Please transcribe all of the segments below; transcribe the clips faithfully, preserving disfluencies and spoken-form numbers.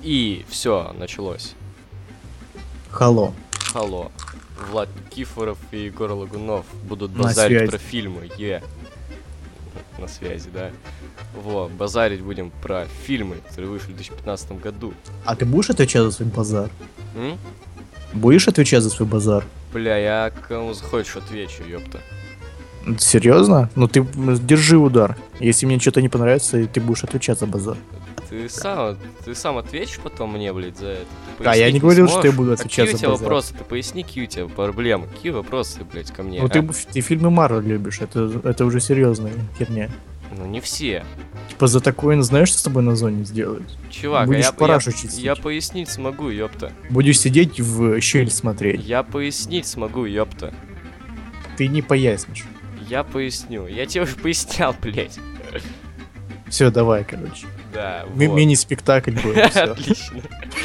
И все, началось. Халло. Алло. Влад Никифоров и Егор Лагунов будут На базарить связи. про фильмы. Е. На связи, да. Во, базарить будем про фильмы, которые вышли в две тысячи пятнадцатом году. А ты будешь отвечать за свой базар? М? Будешь отвечать за свой базар? Бля, я кому захочешь отвечу, ёпта. Серьезно? Ну ты м, держи удар. Если мне что-то не понравится, ты будешь отвечать за базар. Ты сам, ты сам ответишь потом мне, блядь, за это. Ты А я пояснить не говорил, что сможешь? я буду А отвечать какие за у тебя базар. вопросы? Ты поясни, какие у тебя проблемы. Какие вопросы, блядь, ко мне? Ну а? ты, ты фильмы Марвел любишь, это, это уже серьезная херня. Ну не все. Типа за такое, ну, знаешь, что с тобой на зоне сделают? Чувак, а Будешь я, парашу я, чистить. я пояснить смогу, ёпта. Будешь сидеть в щель смотреть. Я пояснить смогу, ёпта. Ты не пояснишь. Я поясню. Я тебе уже пояснял, блядь. Все, давай, короче. Да, Ми- вот. Мини-спектакль был. всё. Отлично.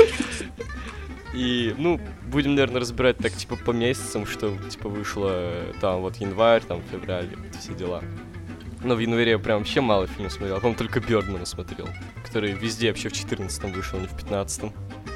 И, ну, будем, наверное, разбирать так, типа, по месяцам, что, типа, вышло э, там вот январь, там февраль, вот все дела. Но в январе я прям вообще мало фильмов смотрел, а, по-моему, только Бёрдмана смотрел, который везде вообще в четырнадцатом вышел, а не в пятнадцатом.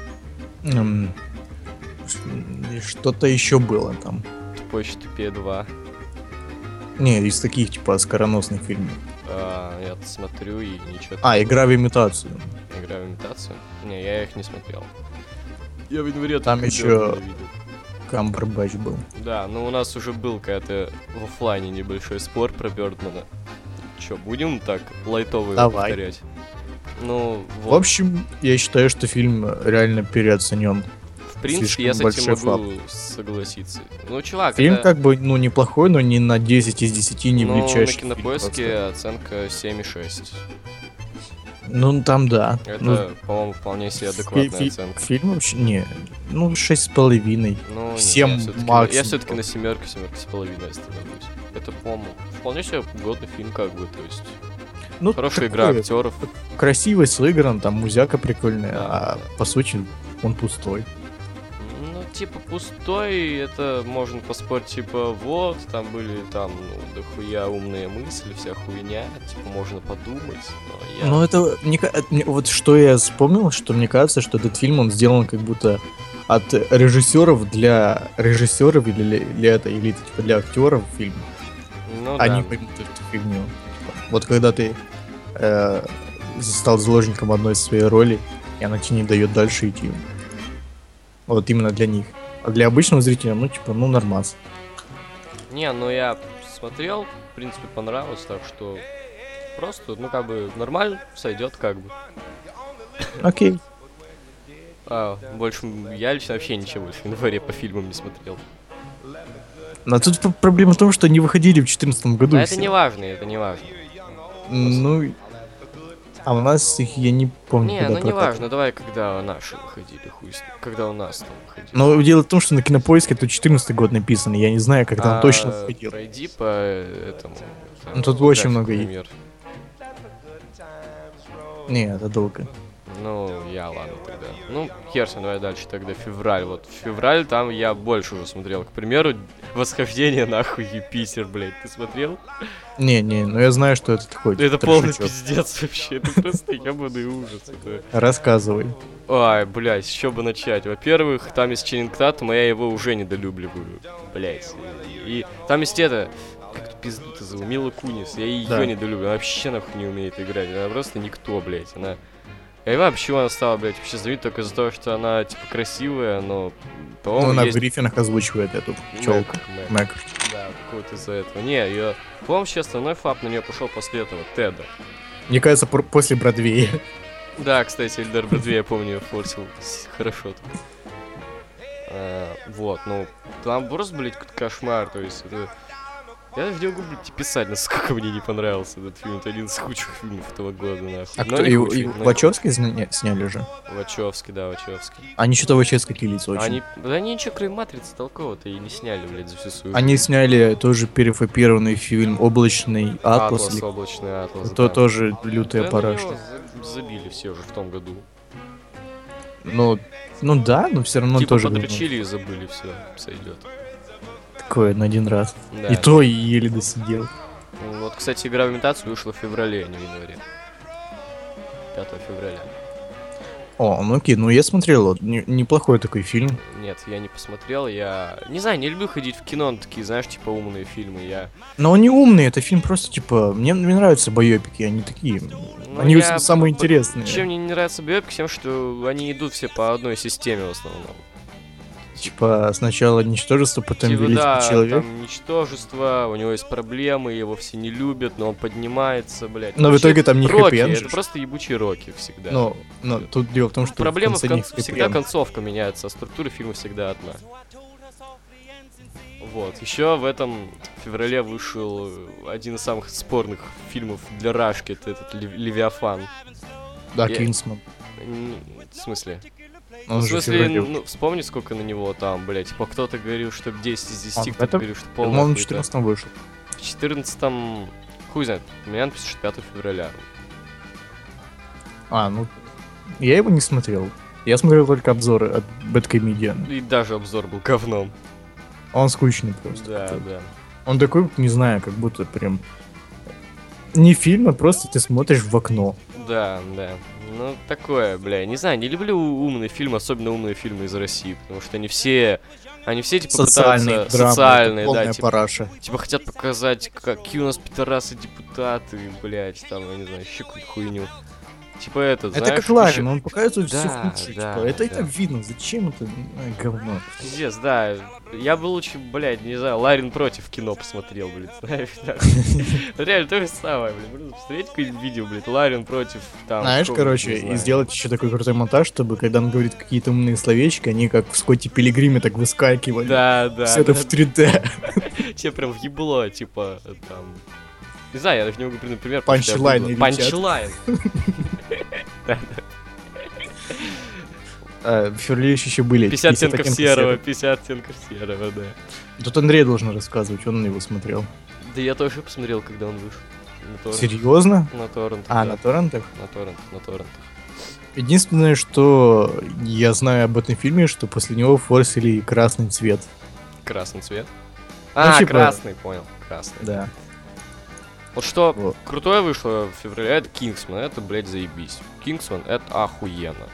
М, ш- и Что-то еще было там. Тупой еще тупее два. Не, из таких, типа, скороносных фильмов. А, я смотрю и ничего. А, игра в имитацию. Игра в имитацию? Не, я их не смотрел. Я в январе Там только ещё- Бёрдмана видел. Камбербэтч был. Да, ну у нас уже был когда-то в оффлайне небольшой спор про Бёрдмана. Чё, будем так лайтово его Давай. повторять? Ну, В вот, общем, я считаю, что фильм реально переоценен. в принципе, я с слишком этим большой могу согласиться. Ну, чувак, Фильм это... как бы, ну, неплохой, но не на десять из десяти не ну, на влечащий. фильм Кинопоиске просто. оценка семь и шесть. Ну, там да. Это, Ну, по-моему, вполне себе фи- адекватная фи- оценка. Фильм вообще, не, ну, шесть с половиной. Ну, не, семь я всё-таки, максимум. я все-таки на семерке, семерке с половиной остановлюсь. Это, по-моему, вполне себе годный фильм, как бы, то есть... Ну, Хорошая игра такой актеров. красивый, сыгран, там музяка прикольная, Да, а да. по сути он пустой. Ну, типа, пустой, это можно поспорить, типа, вот, там были, там, ну, дохуя умные мысли, вся хуйня, типа, можно подумать, но я... Ну, это, мне, ка- это мне- вот что я вспомнил, что мне кажется, что этот фильм, он сделан как будто от режиссеров для режиссеров или, для- или это, или типа для актеров фильм. ну, Они да. поймут эту фигню. Типа, вот когда ты э, стал заложником одной своей роли, и она тебе не дает дальше идти. Вот именно для них. А для обычного зрителя, ну, типа, ну, нормас. Не, ну, я смотрел, в принципе, понравилось, так что просто, ну, как бы, нормально, сойдет, как бы. Окей. А, больше, я лично вообще ничего в январе по фильмам не смотрел. Но тут п- проблема в том, что они выходили в две тысячи четырнадцатом году. А и это всё. не важно, это не важно. Ну, а у нас их я не помню, Не, когда ну, не прокатывали. важно, давай, когда наши выходили, хуй с ним, когда у нас там выходили. Но дело в том, что на Кинопоиске тут четырнадцатый год написан, и я не знаю, когда он точно А, выходил. Пройди по этому. там, Ну, тут очень графику, много и- например. Не, это долго. Ну, я ладно тогда. Ну, хер с ним, давай дальше тогда. Февраль. Вот февраль там я больше уже смотрел. К примеру, Восхождение нахуй Юпитер, блядь. Ты смотрел? Не, не, ну я знаю, что это такое. Это типа, полный трешачок. пиздец вообще. Это просто ебаный ужас. Это... Рассказывай. Ай, блядь, с чего бы начать? Во-первых, там есть Ченнинг Татум, а я его уже недолюбливаю. Блядь. И, и там есть это... Как пизду-то зовут? Мила Кунис. Я ее Да. недолюбливаю. Она вообще нахуй не умеет играть. Она просто никто, блядь. Она... И вообще она стала, блядь, вообще знаменит только из-за того, что она, типа, красивая, но... Ну, По-моему, она есть... в Гриффинах озвучивает эту Мэг, пчелку. Мэг. Мэг. Да, какого-то из-за этого. Не, ее... По-моему, вообще основной фап на нее пошел после этого, Теда. Мне кажется, пр- после Бродвея. Да, кстати, Эльдар Бродвей, я помню, форсил с- хорошо так. А, вот, ну, там просто, блядь, какой-то кошмар, то есть это... Я даже не могу, блядь, тебе писать, насколько мне не понравился этот фильм. Это один из худших фильмов этого года, нахуй. А Но кто? не И, худший, и но не Вачовски сня- сняли же? худший. Вачовски, да, Вачовски. Они что-то вообще скатились очень. Они, да они ничего, кроме Матрицы толкового-то и не сняли, блядь, за всю свою Они сняли тоже перефопированный фильм «Облачный атлас». Атлас, или- облачный атлас. То да. тоже лютая Да, на парашка. него за- забили все уже в том году. Ну, ну да, но все равно типа тоже говно. подрочили и забыли, все, сойдет. Такое на один раз. Да. И то и еле досидел. Вот, кстати, игра в имитацию вышла в феврале, а не в январе. пятого февраля. О, ну окей, ну я смотрел, вот, не- неплохой такой фильм. Нет, я не посмотрел, я... Не знаю, не люблю ходить в кино на такие, знаешь, типа умные фильмы, я... Но он не умный, это фильм просто, типа, мне, мне нравятся байопики, они такие, Ну, они я... самые п- интересные. Чем мне не нравится биопик, тем, что они идут все по одной системе в основном. Типа, сначала ничтожество, потом Типа, великий да, человек. там ничтожество, у него есть проблемы, его все не любят, но он поднимается, блядь. Но в Вообще, итоге там не Рокки, хэппи-энд это же. просто ебучие Роки всегда. Но, но тут дело в том, что Проблема в конце не конце, всегда хэппи-энд. концовка меняется, а структура фильма всегда одна. Вот, еще в этом феврале вышел один из самых спорных фильмов для Рашки, это этот Лев- Левиафан. Да, Я- Кингсман. М, В смысле? Он в же в смысле, феврале. ну, вспомни, сколько на него там, блядь. Типа, кто-то говорил, что десять из десяти, А, кто-то это- говорил, что Я полная думал, на хуета. четырнадцатом вышел. В четырнадцатом... Хуй знает, у меня написано, что пятого февраля. А, ну, я его не смотрел. Я смотрел только обзоры от Bad Comedian. И даже обзор был говном. Он скучный просто. Да, какой-то. да. Он такой, не знаю, как будто прям... Не фильм, а просто ты смотришь в окно. Да, да. Ну, такое, бля, не знаю, не люблю умные фильмы, особенно умные фильмы из России, потому что они все... Они все, типа, Социальные пытаются... драмы, Социальные, это полная да, типа, параша. типа, хотят показать, какие у нас пидорасы-депутаты, блядь, там, я не знаю, еще какую-то хуйню. Типа это, Это знаешь, как Ларин, ещё- он показывает все Да, худшее. да, типа. Это и да. так видно. Зачем это а, говно? Пиздец, да. Я бы лучше, блядь, не знаю, Ларин против кино посмотрел, блядь, знаешь, да. Реально то же самое, блядь. Можно посмотреть какое-нибудь видео, блядь, Ларин против, там... Знаешь, какого-нибудь, короче, не и знаю. сделать еще такой крутой монтаж, чтобы когда он говорит какие-то умные словечки, они как в Скотте Пилигриме так выскакивали. Да, да. Все это да, в три дэ. Тебе прям въебло, типа, там... Не знаю, я даже не могу придумать пример. потому что я Панчлайны гуглил. летят. Панчлайн. А, в феврале еще были. эти пятьдесят оттенков оттенков серого, пятьдесят оттенков серого, да. Тут Андрей должен рассказывать, он его смотрел. Да я тоже посмотрел, когда он вышел. На торрент. Серьезно? На торрент. А, да. на торрентах? На торрентах, на торрентах. Единственное, что я знаю об этом фильме, что после него форсили красный цвет. Красный цвет. А, типа- красный, понял. Красный. Да. Вот что Вот. крутое вышло в феврале, это Кингсман. Это, блядь, заебись. Кингсман, это охуенно.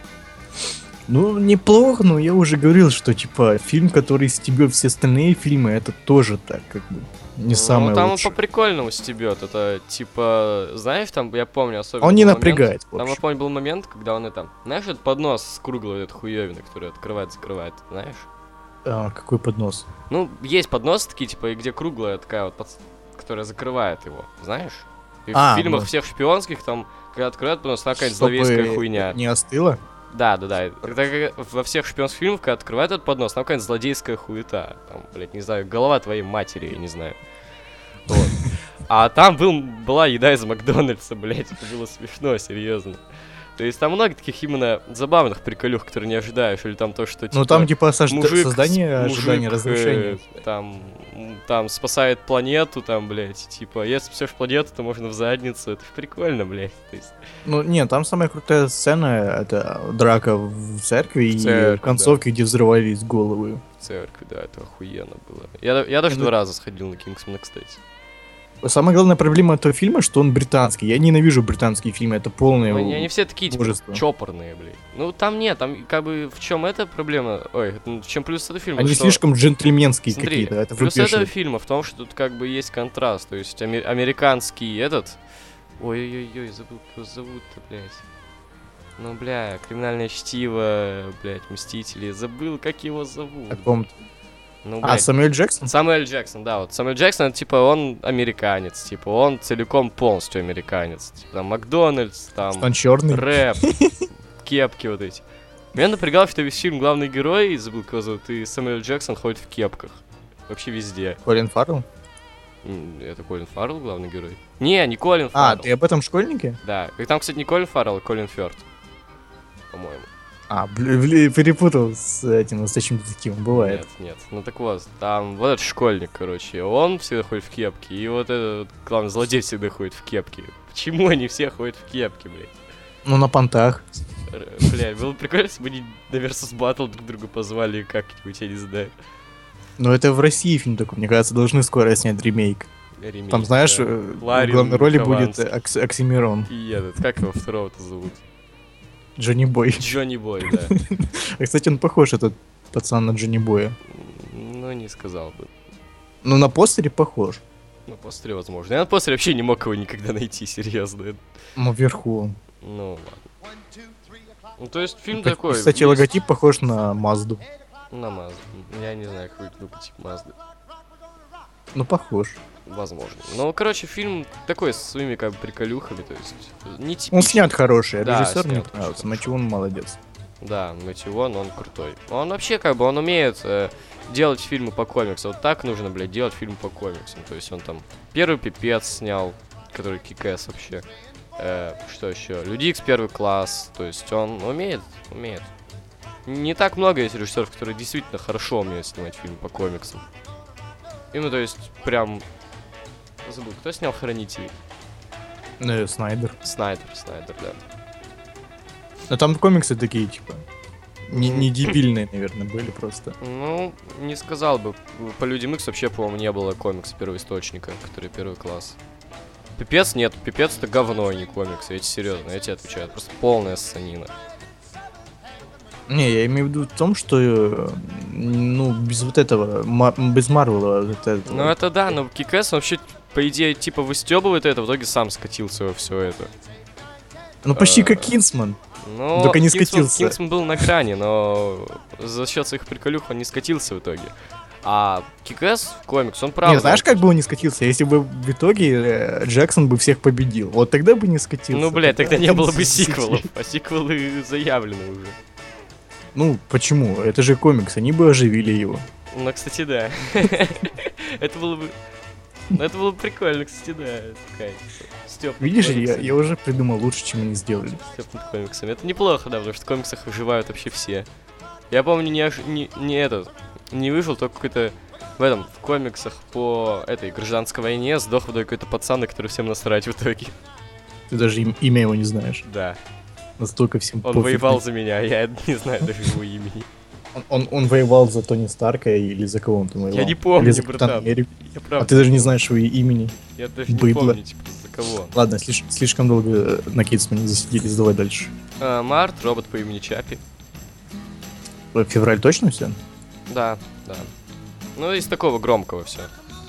Ну, неплохо, но я уже говорил, что, типа, фильм, который стебет все остальные фильмы, это тоже так, как бы, не самое Ну, там он лучшее. по-прикольному стебет. Это, типа, знаешь, там, я помню особенно... Он не был момент- напрягает, в Там, я общем. помню, был момент, когда он это... Знаешь, этот поднос с круглой этой хуёвиной, который открывает, закрывает, знаешь? А, какой поднос? Ну, есть подносы такие, типа, и где круглая такая вот, подс- которая закрывает его, знаешь? И А, в фильмах ну. всех шпионских там, когда открывают поднос, там какая-нибудь Чтобы зловейская хуйня. не остыло? Да, да, да. Тогда как во всех шпионских фильмах, когда открывают этот поднос, там какая-нибудь злодейская хуета. Там, блядь, не знаю, голова твоей матери, я не знаю. Вот. А там был, была еда из Макдональдса, блядь, это было смешно, серьезно. То есть там много таких именно забавных приколюх, которые не ожидаешь, или там то, что типа... Ну, там, типа, сож- мужик, создание с- ожидания, мужик, разрушения. э, там, м, там спасает планету, там, блядь, типа, если спасешь планету, то можно в задницу, это ж прикольно, блядь, то есть... Ну, нет, там самая крутая сцена, это драка в церкви и церкви, в концовке, где взрывались головы. В церкви, да, это охуенно было. Я, я даже Ну, два раза сходил на Кингсмана, кстати. Самая главная проблема этого фильма, что он британский. Я ненавижу британские фильмы, это полное... Ну, они, они все такие, типа, мужество. чопорные, блядь. Ну, там нет, там, как бы, в чем эта проблема? Ой, ну, в чем плюс этого фильма? Они что- слишком джентльменские Смотри, какие-то, это плюс этого выпешивает. фильма в том, что тут, как бы, есть контраст. То есть, аме- американский этот... Ой-ой-ой, забыл, как его зовут-то, блядь. Ну, бля, криминальное чтиво, блядь, Мстители. Забыл, как его зовут. О ком-то. Ну, А, блядь. Самуэль Джексон? Самуэль Джексон, да, вот Самуэль Джексон, это, типа, он американец, типа, он целиком полностью американец. Типа, там, Макдональдс, там, Он черный. рэп, кепки вот эти. Меня напрягало, что весь фильм главный герой, забыл, как его зовут, и Самуэль Джексон ходит в кепках. Вообще везде. Колин Фаррелл? М, Это Колин Фаррелл, главный герой? Не, не Колин А, Фаррелл. ты об этом школьнике? Да, и там, кстати, не Колин Фаррелл, а Колин Фёрд. По-моему. А, блин, блин, перепутал с этим настоящим детективом, бывает. Нет, нет. Ну так вот, там вот этот школьник, короче, он всегда ходит в кепке, и вот этот, главный злодей всегда ходит в кепке. Почему они все ходят в кепке, блядь? Ну, на понтах. Р- Бля, было прикольно, если бы они на Versus Battle друг друга позвали как-нибудь, я не знаю. Но это в России фильм такой, мне кажется, должны скоро снять ремейк. Ремейк, Там, знаешь, да. э, в Ларин главной роли будет Хованский. э, Окс- Оксимирон. И этот, как его второго-то зовут? Джонни Бой. Джонни Бой, да. А, кстати, он похож, этот пацан, на Джонни Боя. Ну, не сказал бы. Ну, на постере похож. На постере, возможно. Я на постере вообще не мог его никогда найти, серьезно. Ну, вверху. Ну, ладно. Ну, то есть фильм Ка- такой. Кстати, есть- логотип похож на Мазду. На Мазду. Я не знаю, какой логотип Мазды. Ну, похож. Возможно. Ну, короче, фильм такой, с своими, как бы, приколюхами, то есть... Не типичный. Он снят хороший, а Да, режиссер мне снят понравился. очень Матион молодец. Да, Матион, он крутой. Он вообще, как бы, он умеет э, делать фильмы по комиксам. Вот так нужно, блядь, делать фильм по комиксам. То есть он там первый Пипец снял, который кикэс вообще. Э, что еще? Люди Икс первый класс. То есть он умеет, умеет. Не так много есть режиссеров, которые действительно хорошо умеют снимать фильмы по комиксам. Именно, то есть, прям... Забыл, кто снял Хранителей? Э, Снайдер. Снайдер, Снайдер, да. Но там комиксы такие, типа, не, не дебильные, наверное, были просто. Ну, не сказал бы. По Людям Икс вообще, по-моему, не было комикса первоисточника, который первый класс. Пипец нет, Пипец это говно, а не комикс. Я тебе серьезно, я тебе отвечаю. Это просто полная ссанина. Не, я имею в виду в том, что, э, ну, без вот этого, ма- без Марвела, вот этого. Ну это да, но Кикэс вообще, по идее, типа выстебывает это, в итоге сам скатился во все это. Ну, почти э, как Кинсман. Ну, Только не Кингсман- скатился. Кингсман был на грани, но за счет своих приколюх он не скатился в итоге. А Кикэс, комикс, он правда... Не, знаешь, как бы он не скатился? Если бы в итоге э, Джексон бы всех победил, вот тогда бы не скатился. Ну, блядь, тогда не было бы Сидеть. сиквелов, а сиквелы заявлены уже. Ну, почему? Это же комикс, они бы оживили его. Ну, кстати, да. Это было бы... Ну, это было бы прикольно, кстати, да. Такая, стёб над Видишь, я, комиксами. я уже придумал лучше, чем они сделали. Стёб над комиксами. Это неплохо, да, потому что в комиксах выживают вообще все. Я помню, не, ож- не, не этот... Не выжил, только какой-то... В этом, в комиксах по этой гражданской войне сдох вдруг какой-то пацан, на который всем насрать в итоге. Ты даже им- имя его не знаешь. Да. Настолько всем Он пофиг. воевал за меня, я не знаю даже его имени. Он, он, он воевал за Тони Старка или за кого он там воевал? Я не помню, Или за Капитана братан. Америку? Я А правда, ты даже не знаешь его имени. я даже не быдло. помню, типа, за кого. Ладно, слиш- слишком долго э, на Китсмане засиделись, давай дальше. А, Март, робот по имени Чапи. В февраль точно все? Да, да. Ну, из такого громкого все.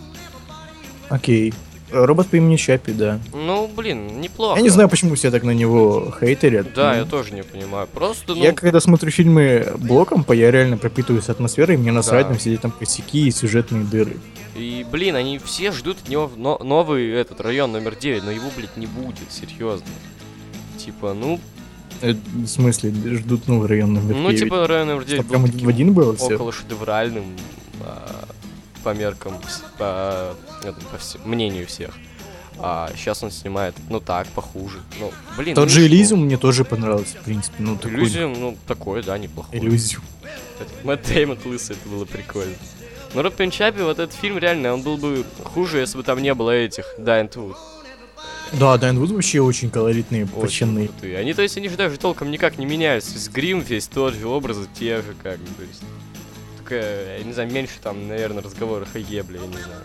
Окей. Э, Робот по имени Чапи, да. Ну, блин, неплохо. Я не знаю, почему все так на него хейтерят. Да, но я тоже не понимаю. Просто, ну, Я когда смотрю фильмы блоком, по я реально пропитываюсь атмосферой, и мне насрать Да. на все эти там косяки и сюжетные дыры. и, блин, они все ждут от него но- новый этот район номер девять, но его, блядь, не будет, серьезно. Типа, ну, Э, В смысле, ждут новый район номер ну, девять. типа, район номер Что, девять прям был один в таким один было все? около шедевральным а, по меркам, вс- по, этому, по вс- мнению всех. А сейчас он снимает, ну так, похуже. Ну, блин. Тот ну же что? Элизиум мне тоже понравился, в принципе. Ну, такой Иллюзиум, ну, такой, да, неплохой. Элизиум. Этот Мэтт Дэймон лысый, это было прикольно. Но Роб Чапи, вот этот фильм, реально, он был бы хуже, если бы там не было этих Дайан Вуд. Да, Дайан Вуд вообще очень колоритные, Очень починные. крутые. Они, то есть, они же даже толком никак не меняются. То есть, грим весь тот же, образы те же, как бы, то есть. Только, я не знаю, меньше там, наверное, разговоров о ебле, я не знаю.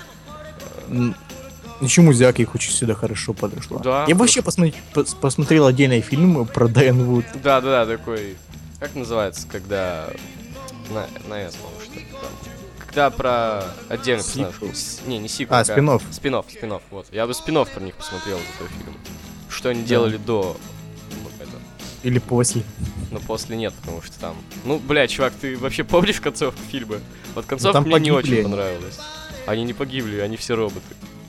М, Ничему Зяка их очень сюда хорошо подошло. Да, Я вообще посмотри- пос- посмотрел отдельный фильм про Дайан Вуд. Да-да-да, такой, как называется, когда... На, на S, по-моему, что ли, там. Когда про отдельный персонаж. Сиквел. С- Не, не сиквел. А, спин-офф. Спин-офф, спин-офф, вот. Я бы спин про них посмотрел за этот фильм. Что они Да. делали до... вот это. Или после. Но после нет, потому что там... Ну, бля, чувак, ты вообще помнишь концовку фильма? Вот концовка там мне не погибли очень они. понравилась. Они не погибли, они все роботы.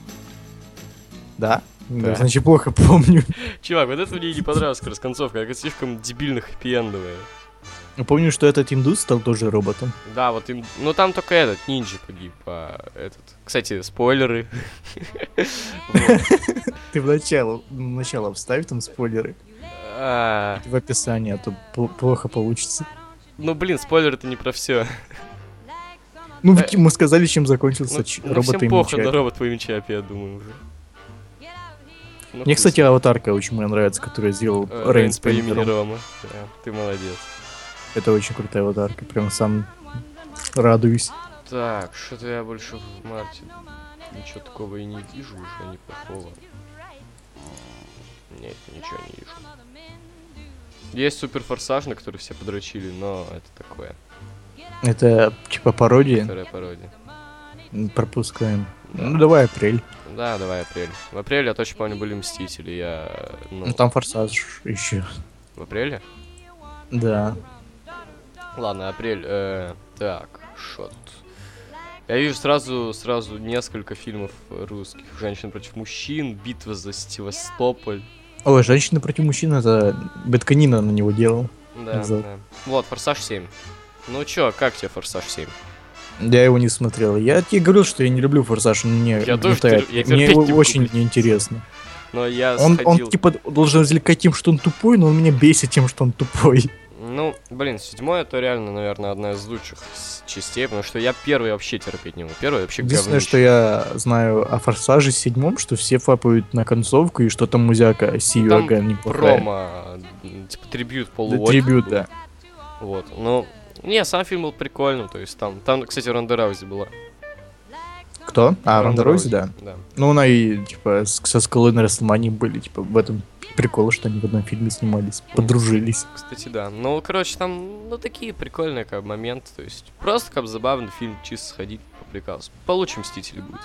Да? Да. Значит, плохо помню. Чувак, вот это мне не понравилась как раз концовка, это слишком дебильно хэппи-эндовая. Я помню, что этот индус стал тоже роботом. Да, вот им... Ну, там только этот, нинджа погиб, а этот... Кстати, спойлеры. Вот. Ты в начало, в начало вставь там спойлеры А, в описании, а то пл- плохо получится. Ну, блин, спойлер это не про все. Ну, Э, мы сказали, чем закончился Ну, ч- ну, робот всем имени похуй Чапи. на робот по имени Чапи, я думаю, уже. Ну, Мне, хуй кстати, с ним. аватарка очень мне нравится, которую сделал Э, Рейнс по имени Пейнтером. Рома. Да, ты молодец. Это очень крутая аватарка, прям сам радуюсь. Так, что-то я больше в марте ничего такого и не вижу уже, неплохого. Нет, ничего не вижу. Есть Супер Форсаж, на который все подрочили, но это такое. Это типа пародия. Вторая пародия. Пропускаем. Да. Ну давай апрель. Да, давай апрель. В апреле, я точно помню, были Мстители. Я, ну, Ну там форсаж еще. в апреле? Да. Ладно, апрель. Э, так, что тут? Я вижу сразу, сразу несколько фильмов русских. «Женщина против мужчин», «Битва за Севастополь». Ой, «Женщина против мужчин» — это Бетканина на него делал. Да, Зал. да. Вот, «Форсаж семь». Ну чё, как тебе «Форсаж семь»? Я его не смотрел. Я тебе говорил, что я не люблю форсаж, он мне Я тоже гнетает. тер- я Мне терпеть его не могу, очень блядь. неинтересно. Но я Он, сходил... он типа должен развлекать тем, что он тупой, но он меня бесит тем, что он тупой. Ну, блин, седьмой это реально, наверное, одна из лучших с- частей, потому что я первый вообще терпеть не могу. Первый вообще Единственное, говнище. что я знаю о форсаже седьмом, что все фапают на концовку, и что там музяка Сию Там Аган неплохая. промо, м, типа трибют Да, полуотик. трибют, да. Вот, ну... Не, сам фильм был прикольным, то есть там... Там, кстати, Ронда Раузи была. Кто? А, Ронда Роузи, да. Да. Ну, она и, типа, с- со скалой на Расселмании были, типа, в этом прикол, что они в одном фильме снимались, подружились. Кстати, да. Ну, короче, там, ну, такие прикольные, как бы, моменты, то есть... Просто, как бы, забавный фильм, чисто сходить, поприкался. Получше «Мстители» будет.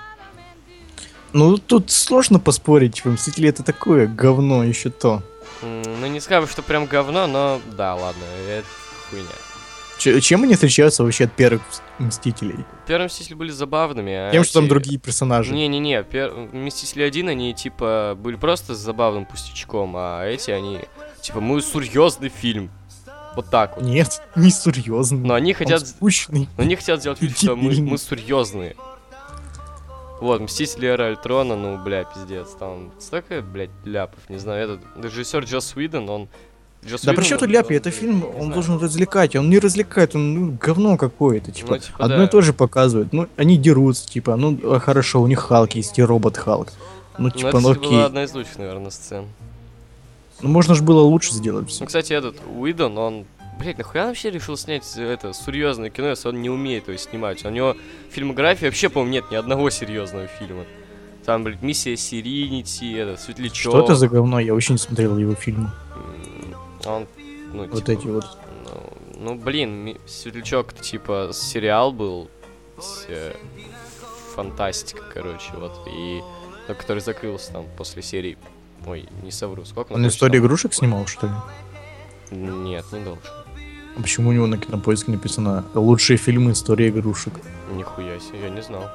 Ну, тут сложно поспорить, типа, Мстители — это такое говно, еще то. М, Ну, не скажу, что прям говно, но... Да, ладно, это хуйня. Ч- чем они отличаются вообще от первых Мстителей? Первые «Мстители» были забавными, а Тем, что там эти- другие персонажи. Не-не-не, пер... «Мстители один», они, типа, были просто с забавным пустячком, а эти, они, типа, мы серьезный фильм. Вот так вот. Нет, не серьезно. Но они хотят... Он скучный. Но они хотят сделать вид, что мы, Дебильный. мы серьезные. Вот, «Мстители. Эра Альтрона», ну, бля, пиздец, там столько, блядь, ляпов, не знаю, этот режиссер Джосс Уидон, он... Джосс Да Уидон, при чем тут он- ляпи? он, Это блин, фильм, не он знаю. должен развлекать. Он не развлекает, он ну, говно какое-то. Типа, Ну, типа, одно да. и то же показывают. Ну, они дерутся, типа, ну, а, хорошо, у них Халк есть, и робот Халк. Ну, Ну, типа, это, ну, кстати, окей. была одна из лучших, наверное, сцен. Ну, можно же было лучше сделать все. Ну, кстати, этот Уидон, он... Блять, нахуя он вообще решил снять это серьезное кино, если он не умеет его снимать? У него в фильмографии вообще, по-моему, нет ни одного серьезного фильма. Там, блядь, «Миссия Серенити», это, «Светлячок». Что это за говно? Я вообще не смотрел его фильмы. М, Он, ну, Вот типа, эти вот. Ну, ну, блин, ми- «Светлячок» это, типа, сериал был, с, э, фантастика, короче, вот, и... ну, который закрылся там после серии... Ой, не совру, сколько? Он точно историю там? игрушек снимал, что ли? Нет, не должен. А почему у него на Кинопоиске написано «Лучшие фильмы истории игрушек»? Нихуя себе, я не знал.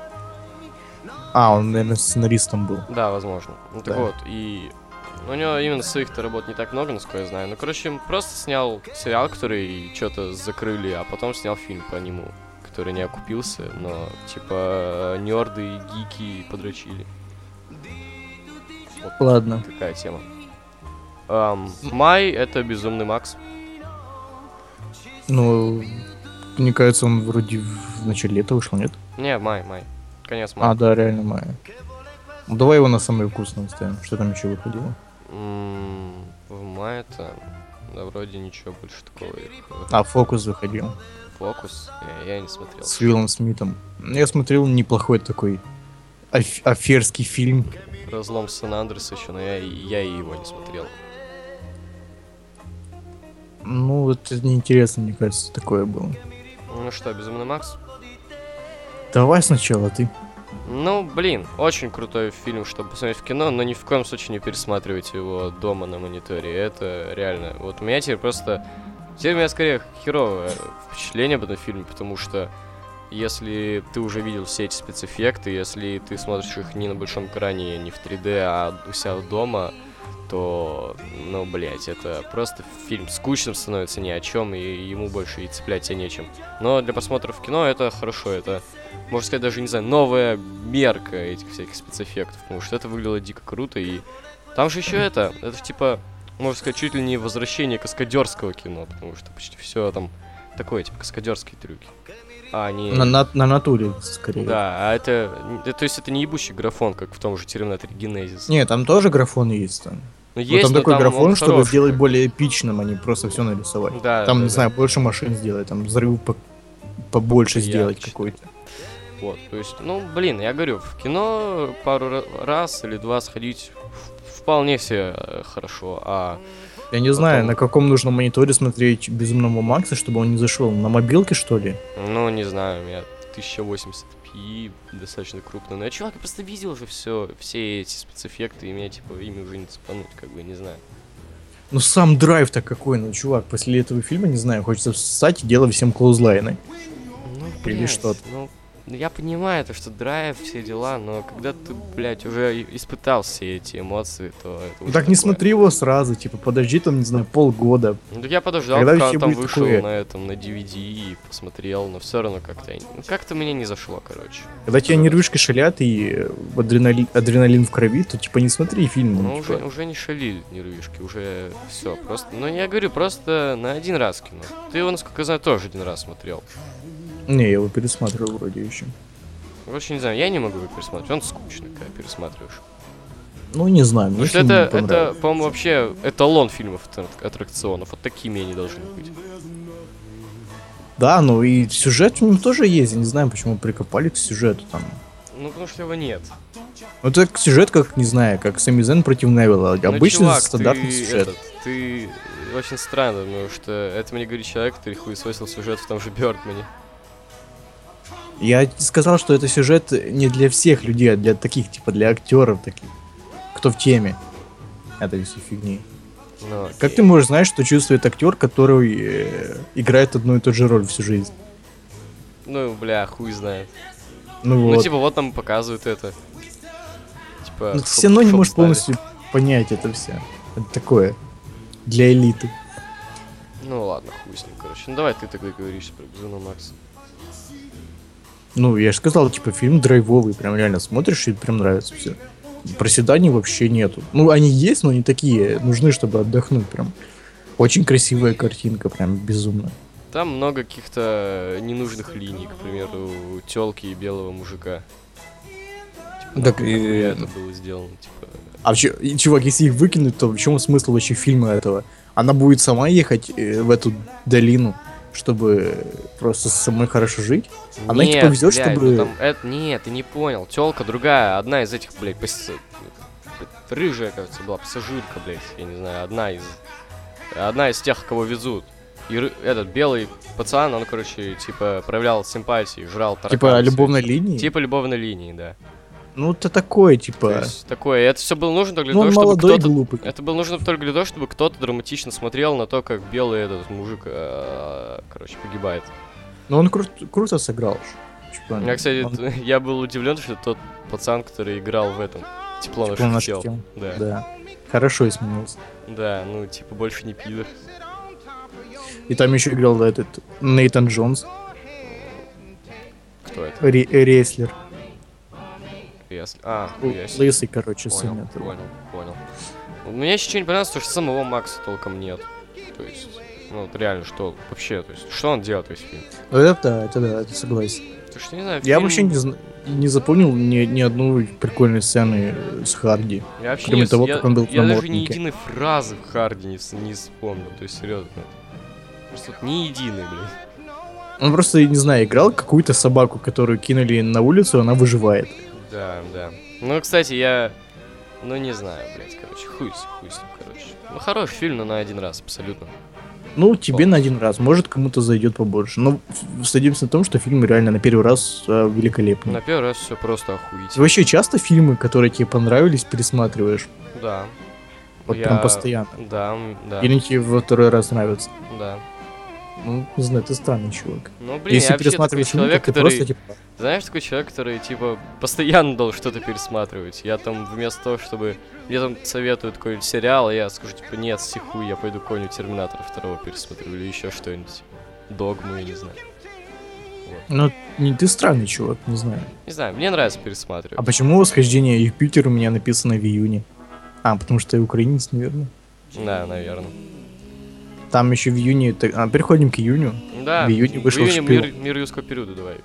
А, он, наверное, сценаристом был. Да, возможно. Ну так Да. вот, и у него именно своих-то работ не так много, насколько я знаю. Ну, короче, он просто снял сериал, который что-то закрыли, а потом снял фильм по нему, который не окупился, но типа нерды и гики подрочили. Вот Ладно. такая тема. Ам, май — это «Безумный Макс». Ну, мне кажется, он вроде в начале лета вышел, нет? Не, май, май. Конец мая. А, да, реально мая. Ну, давай его на самое вкусное ставим. Что там еще выходило? М, В мае-то, да, вроде ничего больше такого. А, Фокус выходил. Фокус? Я, я не смотрел. С Уиллом Смитом. Я смотрел неплохой такой аф- аферский фильм. Разлом Сан-Андреса еще, но я, я и его не смотрел. Ну, это неинтересно, мне кажется, такое было. Ну что, «Безумный Макс»? Давай сначала ты. Ну, блин, очень крутой фильм, чтобы посмотреть в кино, но ни в коем случае не пересматривайте его дома на мониторе. Это реально... Вот у меня теперь просто... Теперь у меня скорее херовое впечатление об этом фильме, потому что если ты уже видел все эти спецэффекты, если ты смотришь их не на большом экране, не в три дэ, а у себя дома, то, ну, блять, это просто фильм скучным становится ни о чем, и ему больше и цеплять тебя нечем. Но для просмотра в кино это хорошо, это, можно сказать, даже, не знаю, новая мерка этих всяких спецэффектов, потому что это выглядело дико круто, и там же еще это, это типа, можно сказать, чуть ли не возвращение каскадерского кино, потому что почти все там такое, типа, каскадерские трюки. А не... На, на, на натуре, скорее. Да, а это, э, то есть это не ебучий графон, как в том же Терминаторе Генезис. Не, там тоже графон есть. Там, Ну, Но есть, там но такой там графон, он чтобы хороший. сделать более эпичным, а не просто все нарисовать. Да, Там, да, не да. знаю, больше машин сделать, там взрыв по- побольше Ярче. сделать какой-то. Вот, то есть, ну, блин, я говорю, в кино пару ра- раз или два сходить в- вполне все э, хорошо, а Я не знаю, Потом- на каком нужно мониторе смотреть Безумного Макса, чтобы он не зашел. На мобилке, что ли? Ну, не знаю, у меня тысяча восемьдесят пи, достаточно крупно. Но я, чувак, я просто видел уже все, все эти спецэффекты, и меня, типа, ими уже не цепануть, как бы, не знаю. Ну сам драйв-то какой, ну чувак, после этого фильма, не знаю, хочется встать и делать всем клоузлайны. Ну, Или блядь, что-то. ну, я понимаю, то, что драйв, все дела, но когда ты, блядь, уже и- испытал все эти эмоции, то это Ну уже так не такое. смотри его сразу, типа, подожди там, не знаю, полгода. Ну, так я подождал, Когда пока вообще он там будет вышел такое? на этом, на ди ви ди и посмотрел, но все равно как-то, ну, как-то мне не зашло, короче. Когда тебя нервишки шалят и э, адреналин, адреналин в крови, то типа не смотри фильм. Ну, ну, уже, типа. уже не шалили нервишки, уже все, просто, ну, я говорю, просто на один раз кино. Ты его, насколько я знаю, тоже один раз смотрел. Не, я его пересматривал вроде еще. Короче, не знаю, я не могу его пересматривать, он скучный, когда пересматриваешь. Ну не знаю, мне Потому что фильм не это, это, понравился. по-моему, вообще эталон фильмов аттрак- аттракционов. Вот такими они должны быть. Да, ну и сюжет у него тоже есть, я не знаю, почему прикопали к сюжету там. Ну, потому что его нет. Ну это сюжет, как, не знаю, как Сами Зен против Невилла. Ну, Обычный чувак, стандартный ты, сюжет. этот, ты очень странно, потому что это мне говорит человек, который хуесосил сюжет в том же Бёрдмане. Я сказал, что это сюжет не для всех людей, а для таких, типа, для актеров таких. Кто в теме этой всей фигни. Ну, Как ты можешь знать, что чувствует актер, который э, играет одну и ту же роль всю жизнь? Ну, бля, хуй знает. Ну, Ну, вот. типа, вот нам показывают это. Типа, Ну, ты чтоб- все равно не чтоб можешь ставить. полностью понять это все. Это такое. Для элиты. Ну, ладно, хуй с ним, короче. Ну, давай ты тогда говоришь про Безумного Макса. Ну, я же сказал, типа, фильм драйвовый, прям реально смотришь и прям нравится все. Проседаний вообще нету. Ну, они есть, но не такие. Нужны, чтобы отдохнуть прям. Очень красивая картинка, прям безумно. Там много каких-то ненужных линий, к примеру, тёлки и белого мужика. Типа, Так, нахуй и- это было сделано, типа... А чё- и, чувак, если их выкинуть, то в чем смысл вообще фильма этого? Она будет сама ехать э, в эту долину, чтобы просто самой хорошо жить? Она их, Нет, типа, везёт, блядь, чтобы- ну там это, нет, ты не понял. Тёлка другая, одна из этих, блядь, пас... блядь, рыжая, кажется, была пассажирка, блядь, я не знаю, одна из... Одна из тех, кого везут. И ры- этот белый пацан, он, короче, типа, проявлял симпатии, жрал тараканов. Типа своих. любовной линии? Типа любовной линии, да. Ну, это такое, То типа... есть такое, и это все было нужно только для Ну, он того, чтобы молодой и кто-то... глупый. Это было нужно только для того, чтобы кто-то драматично смотрел на то, как белый этот мужик, э, короче, погибает. Ну, он кру- круто сыграл. ж. Типа, Я, кстати, он- т- я был удивлен, что тот пацан, который играл в этом, тепло Тепло наших наших тел. тел. Да. Да. Хорошо изменился. Да, ну, типа, больше не пидор. И там еще играл этот Нейтан Джонс, Кто это? ре- рестлер. Если... А, Л- ясно. Лысый, короче, сын Понял, этого. понял, понял. Мне еще что не понравилось, то, что самого Макса толком нет. То есть, ну, вот реально, что вообще, то есть, что он делает весь фильм? Ну, это да, это да, это согласен. Потому что, не знаю, Я фильм- вообще не, зна- не запомнил ни, ни одной прикольной сцены э, с Харди. Я вообще Кроме не, того, я, как он был в я даже ни наморднике. единой фразы в Харди не, с- не вспомнил. То есть, серьезно. Просто вот ни единой, блин. Он просто, не знаю, играл какую-то собаку, которую кинули на улицу, она выживает. Да, да. Ну, кстати, я... Ну, не знаю, блядь, короче, хуй с хуй с ним, короче. Ну, хороший фильм, но на один раз, абсолютно. Ну, тебе Полностью. на один раз, может кому-то зайдет побольше. Но в- садимся на том, что фильм реально на первый раз э, великолепный. На первый раз все просто Ты охуительно. вообще часто фильмы, которые тебе понравились, пересматриваешь? Да. Вот Я- прям постоянно. Да, м, да, Или тебе во второй раз нравится? да. Ну, не знаю, ты странный чувак. Ну, блин, Если я вообще такой пересматриваешь фильм, то человек, ты который... просто типа... Знаешь, такой человек, который, типа, постоянно должен что-то пересматривать. Я там, вместо того, чтобы... Мне там советуют какой-нибудь сериал, а я скажу, типа, нет, сихуй, я пойду какой-нибудь Терминатора второго пересмотрю или еще что-нибудь. Догму, я не знаю. Ну, не ты странный чувак, не знаю. Не знаю, мне нравится пересматривать. А почему восхождение Юпитер у меня написано в июне? А, потому что я украинец, наверное. Да, наверное. Там еще в июне... так- А, переходим к июню. Да, В июне вышел в июне «Шпион». мир, мир юрского периода, давай.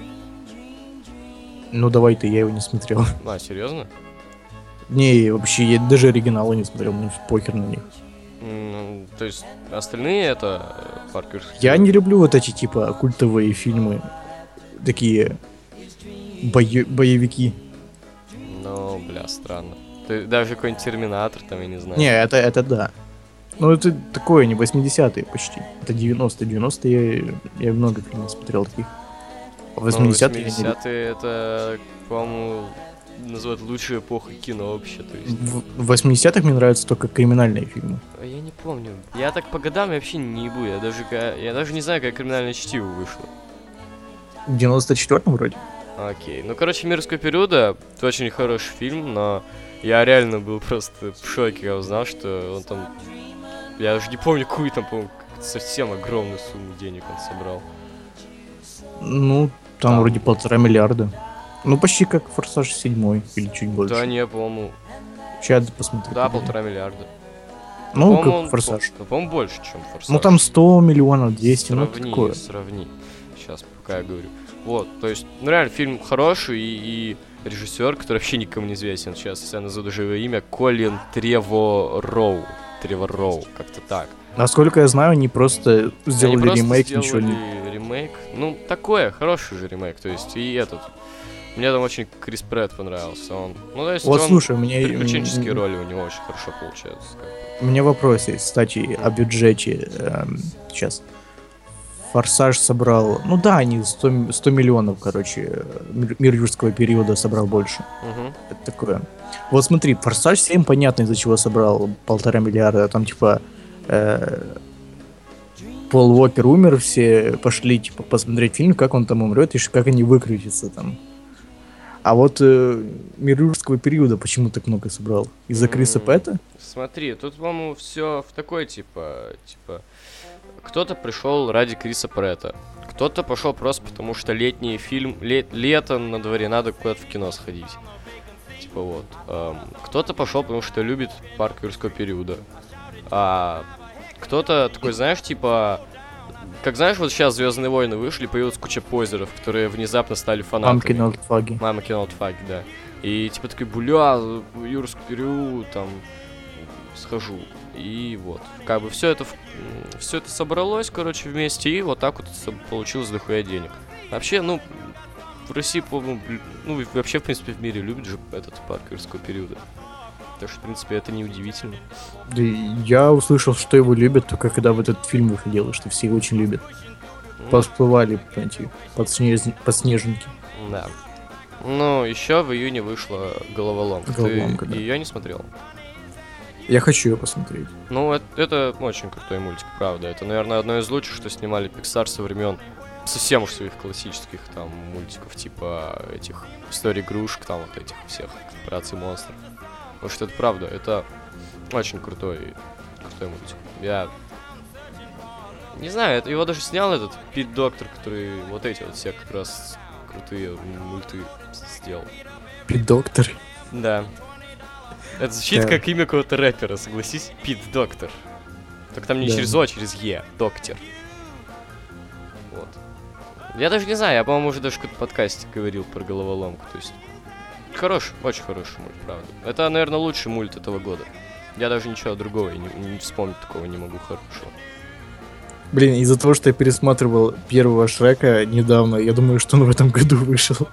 Ну, давай ты, я его не смотрел. А, серьезно? Не, вообще, я даже оригиналы не смотрел, мне похер на них. Ну, то есть, остальные это э, парк юрского Я периода? не люблю вот эти, типа, культовые фильмы. Такие... бое- боевики. Ну, бля, странно. Ты, даже какой-нибудь Терминатор, там, я не знаю. Не, это, это да. Ну, это такое, не восьмидесятые почти. Это девяностые. девяностые я, я много фильмов смотрел таких. восьмидесятые, Ну, восьмидесятые это, по-моему, называют лучшей эпохой кино вообще. То есть. В, в восьмидесятых мне нравятся только криминальные фильмы. Я не помню. Я так по годам вообще не ебу. Я даже, я даже не знаю, как «Криминальное чтиво» вышло. В девяносто четвёртом вроде. Окей. Ну, короче, «Мир юрского периода» — это очень хороший фильм, но я реально был просто в шоке, когда узнал, что он там... Я уже не помню, какую там, по-моему, совсем огромную сумму денег он собрал. Ну, там, там вроде полтора миллиарда. Ну, почти как «Форсаж семь» или чуть больше. Да не, по-моему... Сейчас посмотрю. Да, полтора миллиарда. Ну, по-моему, как «Форсаж». По- по-моему, больше, чем «Форсаж». Ну, там сто миллионов, двести, сравни, ну, такое. Сравни, сейчас, пока я говорю. Вот, то есть, ну, реально, фильм хороший, и, и режиссер, который вообще никому не известен, сейчас я назову даже его имя, Колин Тревороу. Тревороу, как-то так. Насколько я знаю, они просто сделали они просто ремейк, сделали ничего не... ремейк, ну, такое, хороший же ремейк, то есть, и этот... Мне там очень Крис Претт понравился, он... Ну, то есть, Вот, он... слушай, у меня... Приключенческие роли у него очень хорошо получаются. У меня вопрос есть, кстати, о бюджете. Эм, сейчас. «Форсаж» собрал... Ну да, они сто, сто миллионов, короче. Мир, мир юрского периода собрал больше. Угу. Это такое. Вот смотри, «Форсаж семь» понятно, из-за чего собрал полтора миллиарда. Там, типа... Э, Пол Уокер умер, все пошли, типа, посмотреть фильм, как он там умрет и как они выкрутятся там. А вот э, «Мир юрского периода» почему так много собрал? Из-за Криса М, Пэтта? Смотри, тут, по-моему, все в такой, типа, типа, кто-то пришел ради Криса Претта, кто-то пошел просто потому, что летний фильм, ле- лето на дворе, надо куда-то в кино сходить. Типа вот. Эм, кто-то пошел, потому что любит парк юрского периода. А кто-то такой, знаешь, типа, как знаешь, вот сейчас «Звездные войны» вышли, появилась куча позеров, которые внезапно стали фанатами. Мамкины олдфаги. Мамкины олдфаги, да. И типа такой, бля, юрский период, там, схожу. И вот. Как бы все это, все это собралось, короче, вместе, и вот так вот получилось дохуя денег. Вообще, ну, в России, по-моему, ну, вообще, в принципе, в мире любят же этот парк юрского периода. Так что, в принципе, это не удивительно. Да, я услышал, что его любят только когда в этот фильм выходил, и что все его очень любят. Посплывали эти подснеж- подснежники. Да. Ну, еще в июне вышла «Головоломка». «Головоломка», Ты да. ее не смотрел? Я хочу ее посмотреть. Ну, это, это очень крутой мультик, правда. Это, наверное, одно из лучших, что снимали Pixar со времен совсем уж своих классических там мультиков, типа этих «Историй игрушек», там вот этих всех «Корпораций монстров». Потому что это правда, это очень крутой, крутой мультик. Я не знаю, это, его даже снял этот Пит Доктор, который вот эти вот все как раз крутые мульты сделал. Пит Доктор. Да. Это звучит Да. как имя какого-то рэпера, согласись? Пит Доктор. Только там не Да. через О, а через Е. Доктор. Вот. Я даже не знаю, я, по-моему, уже даже в каком-то подкасте говорил про головоломку. То есть, хороший, очень хороший мульт, правда. Это, наверное, лучший мульт этого года. Я даже ничего другого и не, не вспомнить такого не могу хорошего. Блин, из-за того, что я пересматривал первого Шрека недавно, я думаю, что он в этом году вышел.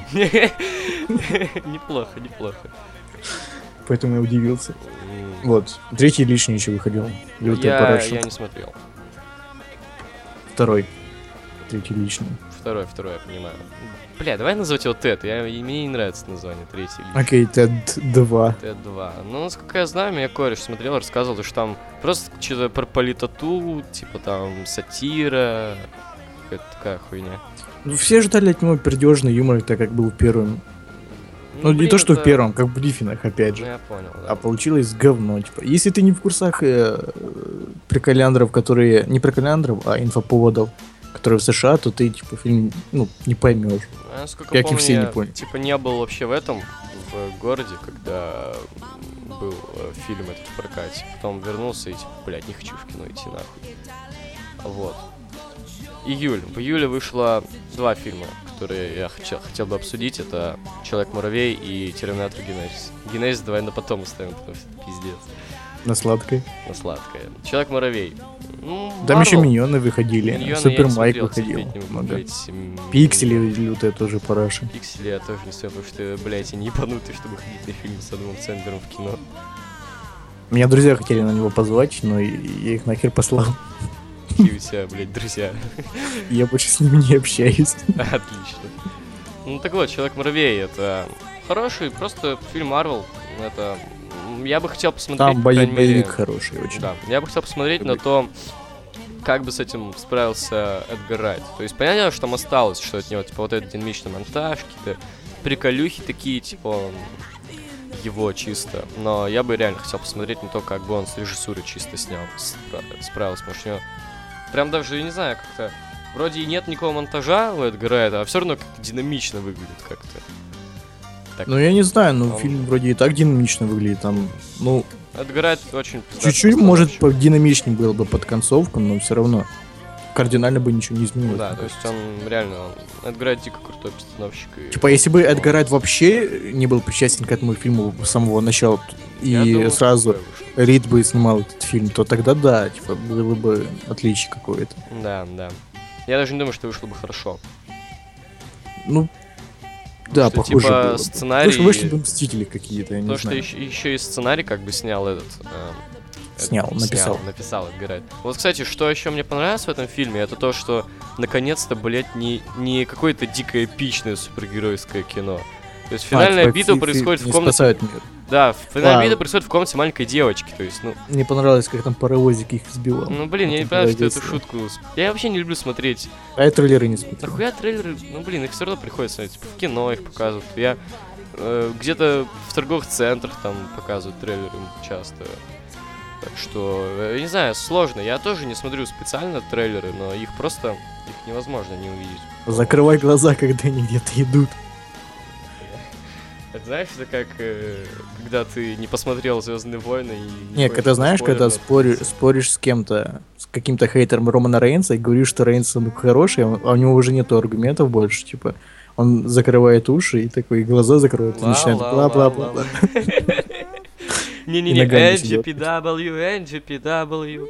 Неплохо, неплохо. Поэтому я удивился. М, Вот, третий лишний еще выходил. Лютая Я, параша. я не смотрел. Второй. Третий лишний. Второй, второй, я понимаю. Бля, давай называть его Тед. Я, и мне не нравится название третий лишний. Окей, Тед два. Т два. Ну, насколько я знаю, меня кореш смотрел, рассказывал, что там просто что-то про политоту, типа там сатира, какая-то такая хуйня. Ну, все ждали от него пердежный юмор, так как был в первом. Ну, не блин, то, что это- в первом, как в брифинах, опять Ну, же. я понял, да. А получилось говно, типа. Если ты не в курсах э, приколяндров, которые... Не приколяндров, а инфоповодов, которые в США, то ты, типа, фильм, ну, не поймешь. Я, насколько как и помню, все не я, поняли. типа, не был вообще в этом, в городе, когда был э, фильм этот в прокате. Потом вернулся и, типа, блядь, не хочу в кино идти, нахуй. Вот. Июль. В июле вышло два фильма, которые я хотел, хотел бы обсудить. Это «Человек-муравей» и «Терминатор Генезис». Генезис давай на потом оставим, потому что это пиздец. На сладкой. На сладкое. «Человек-муравей». Ну, Там еще Marvel. миньоны выходили. Миньоны я Супер не Майк смотрел, выходил. терпеть не могу, Много. блядь, м, Пиксели лютая тоже параша. Пиксели я тоже не знаю, потому что, блядь, я не ебанутый, чтобы ходить на фильм с Адамом Сэндлером в кино. Меня друзья хотели на него позвать, но я их нахер послал. Какие у тебя, блядь, друзья. Я больше с ними не общаюсь. Отлично. Ну так вот, Человек-муравей — это хороший, просто фильм Марвел. Это... Я бы хотел посмотреть... Там по крайней мере, боевик хороший очень. Да, я бы хотел посмотреть на то, как бы с этим справился Эдгар Райт. То есть, понятно, что там осталось, что от него, типа, вот этот динамичный монтаж, какие-то приколюхи такие, типа, его чисто. Но я бы реально хотел посмотреть на то, как бы он с режиссурой чисто снял, спра- справился, потому что у него прям даже, я не знаю, как-то... Вроде и нет никакого монтажа у Эдгара Райта, а все равно как-то динамично выглядит как-то. Так, Ну, я не знаю, но он- фильм вроде и так динамично выглядит. Там, ну, Эдгар Райт очень... пиздатый чуть-чуть, может, постановщик. подинамичнее было бы под концовку, но все равно кардинально бы ничего не изменилось. Да, мне то есть кажется. он реально... Он, Эдгар Райт дико крутой постановщик. И... Типа, если бы Эдгар Райт вообще не был причастен к этому фильму с самого начала, Я и думаю, сразу такое вышло. Рид бы снимал этот фильм, то тогда да, типа, было бы отличие какое-то. Да, да. Я даже не думаю, что вышло бы хорошо. Ну, да, что, похоже типа, было бы. сценарий- Вышли, вышли бы Мстители какие-то, я не То, что знаю. еще, еще и сценарий как бы снял этот... э, Снял, этот- написал. Снял, написал Эдгар Райт. Вот, кстати, что еще мне понравилось в этом фильме, это то, что наконец-то, блядь, не, не какое-то дико эпичное супергеройское кино. То есть финальная А, типа, битва фи- фи- происходит в не комнате... спасают мир. Да, финальная А. битва происходит в комнате маленькой девочки, то есть, ну... Мне понравилось, как там паровозик их сбивал. Ну, блин, я не Это понимаю, было что эту весело. шутку... с- Я вообще не люблю смотреть. А я трейлеры не смотрел. Нахуя трейлеры? Ну, блин, их все равно приходится смотреть. Типа, в кино их показывают. Я э, где-то в торговых центрах там показывают трейлеры часто. Так что, э, я не знаю, сложно. Я тоже не смотрю специально трейлеры, но их просто... Их невозможно не увидеть. Закрывай глаза, когда они где-то идут. Это знаешь, это как э, когда ты не посмотрел «Звездные войны» и... Не, хочешь когда знаешь, когда спойлерно споришь, споришь с кем-то, с каким-то хейтером Романа Рейнса и говоришь, что Рейнс он хороший, а у- а у него уже нету аргументов больше, типа, он закрывает уши и такой, и глаза закрывает, и начинает бла-бла-бла. Не-не-не, И ногами эн себе джи пи дабл ю, эн джи пи дабл ю.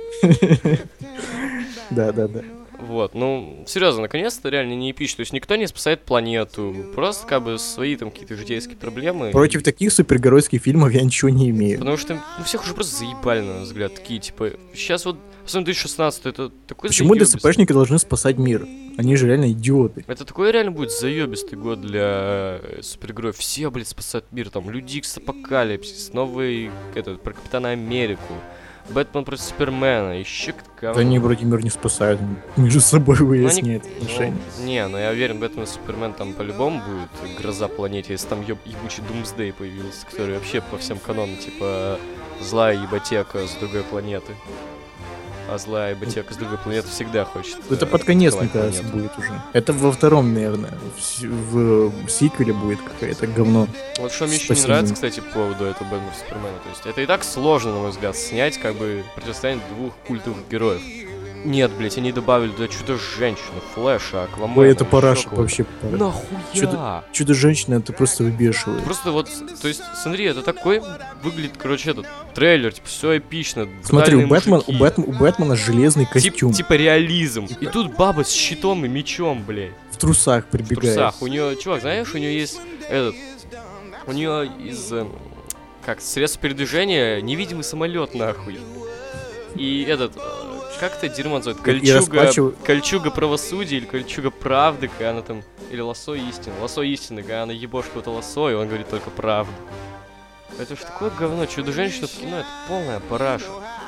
Да-да-да. Вот, ну, серьезно, наконец-то реально не эпично. То есть никто не спасает планету. Просто как бы свои там какие-то житейские проблемы. Против таких супергеройских фильмов я ничего не имею. Потому что ну, всех уже просто заебали, на мой взгляд. Такие, типа, сейчас вот, особенно две тысячи шестнадцатый, это такой Почему заебистый. ДСПшники должны спасать мир? Они же реально идиоты. Это такой реально будет заебистый год для э, супергероев. Все, блядь, спасают мир. Там Люди Икс, Апокалипсис, новый, этот, про Капитана Америку, Бэтмен против Супермена, еще как-то Да они вроде мир не спасают, они между собой Ну, они- выясняют отношения. Ну, не, ну я уверен, Бэтмен и Супермен там по-любому будет гроза планете, если там еб- ебучий Думсдей появился, который вообще по всем канонам, типа, злая ебатека с другой планеты. А злая ебатека с другой планеты всегда хочет. Это э, под конец, мне атаковать кажется, планету. будет уже. Это во втором, наверное. В, с- в- в сиквеле будет какое-то говно. Вот что мне еще не Спасибо. нравится, кстати, по поводу этого Бэтмена и Супермена. То есть это и так сложно, на мой взгляд, снять как бы противостояние двух культовых героев. Нет, блять, они добавили туда Чудо-женщину, Флэша, Аквамена. Ой, это ещё параша кого-то. вообще. пара. Нахуя? Чудо- Чудо-женщина, это просто выбешивает. Просто вот, то есть, смотри, это такой выглядит, короче, этот трейлер, типа, все эпично. Смотри, у, брутальные Бэтмен, у, мужики. Бэтм- у Бэтмена железный Тип- костюм. типа реализм. Типа- И тут баба с щитом и мечом, блядь. В трусах В прибегает. трусах. У нее, чувак, знаешь, у нее есть этот. У нее из э, как средств передвижения невидимый самолет, нахуй. И этот. э, Как это дерьмо называют? И- и Кольчуга, расплачив- кольчуга правосудия или кольчуга правды, когда она там. Или лосо истины. Лосо истины, когда она ебошь какое-то лосо, и он говорит только правду. Это ж такое говно. Чудо-женщина в кино, это полная параша.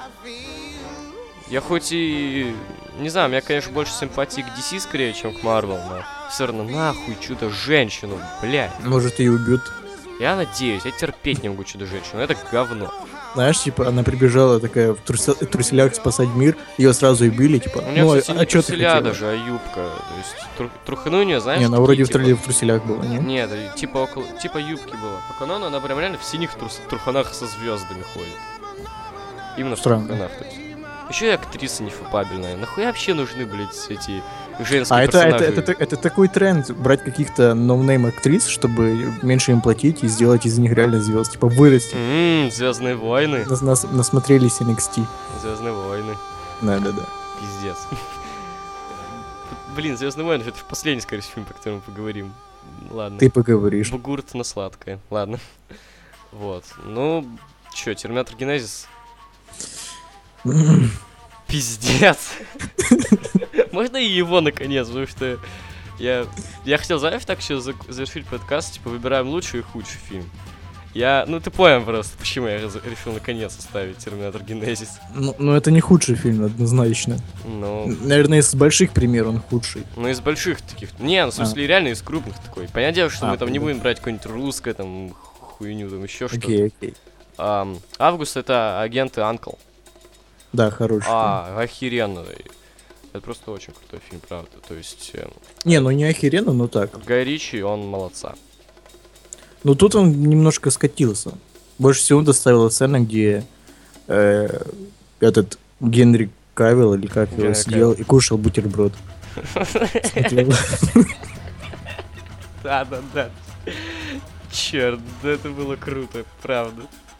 Я хоть и... Не знаю, у меня, конечно, больше симпатии к ди си скорее, чем к Marvel, но все равно нахуй Чудо-женщину, блядь. Может, ее убьют. Я надеюсь, я терпеть не могу Чудо-женщину, это говно. Знаешь, типа, она прибежала такая в труся- труселях спасать мир, ее сразу и били, типа, У меня, ну, кстати, а, не а чё ты труселя хотела? даже, а юбка. То есть тру- труханы у нее, знаешь, Не, она такие, вроде в типа- трейлере в труселях была, не? Нет, и типа около, типа юбки было. По канону она прям реально в синих трус- труханах со звездами ходит. Именно Странно. в труханах, то есть. Еще и актриса нефапабельная. Нахуя вообще нужны, блядь, эти женские А это, это, персонажи? это, это, это такой тренд, брать каких-то ноунейм актрис, чтобы меньше им платить и сделать из них реально звезд, типа вырасти. Ммм, Звездные войны. Нас, нас- насмотрелись эн экс ти. Звездные войны. Да-да-да. Пиздец. Блин, Звездные войны, это последний, скорее всего, фильм, про который мы поговорим. Ладно. Ты поговоришь. Бугурт на сладкое. Ладно. Вот. Ну, чё, Терминатор Генезис. Пиздец. Можно и его, наконец, потому что я, я хотел, знаешь, так еще завершить подкаст, типа, выбираем лучший и худший фильм. Я, ну ты понял просто, почему я решил наконец оставить Терминатор Генезис. Ну, ну это не худший фильм, однозначно. Ну... Наверное, из больших пример он худший. Ну из больших таких. Не, ну в смысле а. реально из крупных такой. Понятное дело, что а, мы там не будем брать какое-нибудь русское, там, хуйню, там еще что-то. Окей, окей. А, Август это агенты Анкл. Да, хороший. А, фильм. Охеренно. Это просто очень крутой фильм, правда. То есть... Не, ну не охеренно, но так. Гай Ричи, он молодца. Ну тут он немножко скатился. Больше всего доставила сцена, где э, этот Генри Кавилл, или как его, сидел и кушал бутерброд. Да, да, да. Черт, это было круто, правда.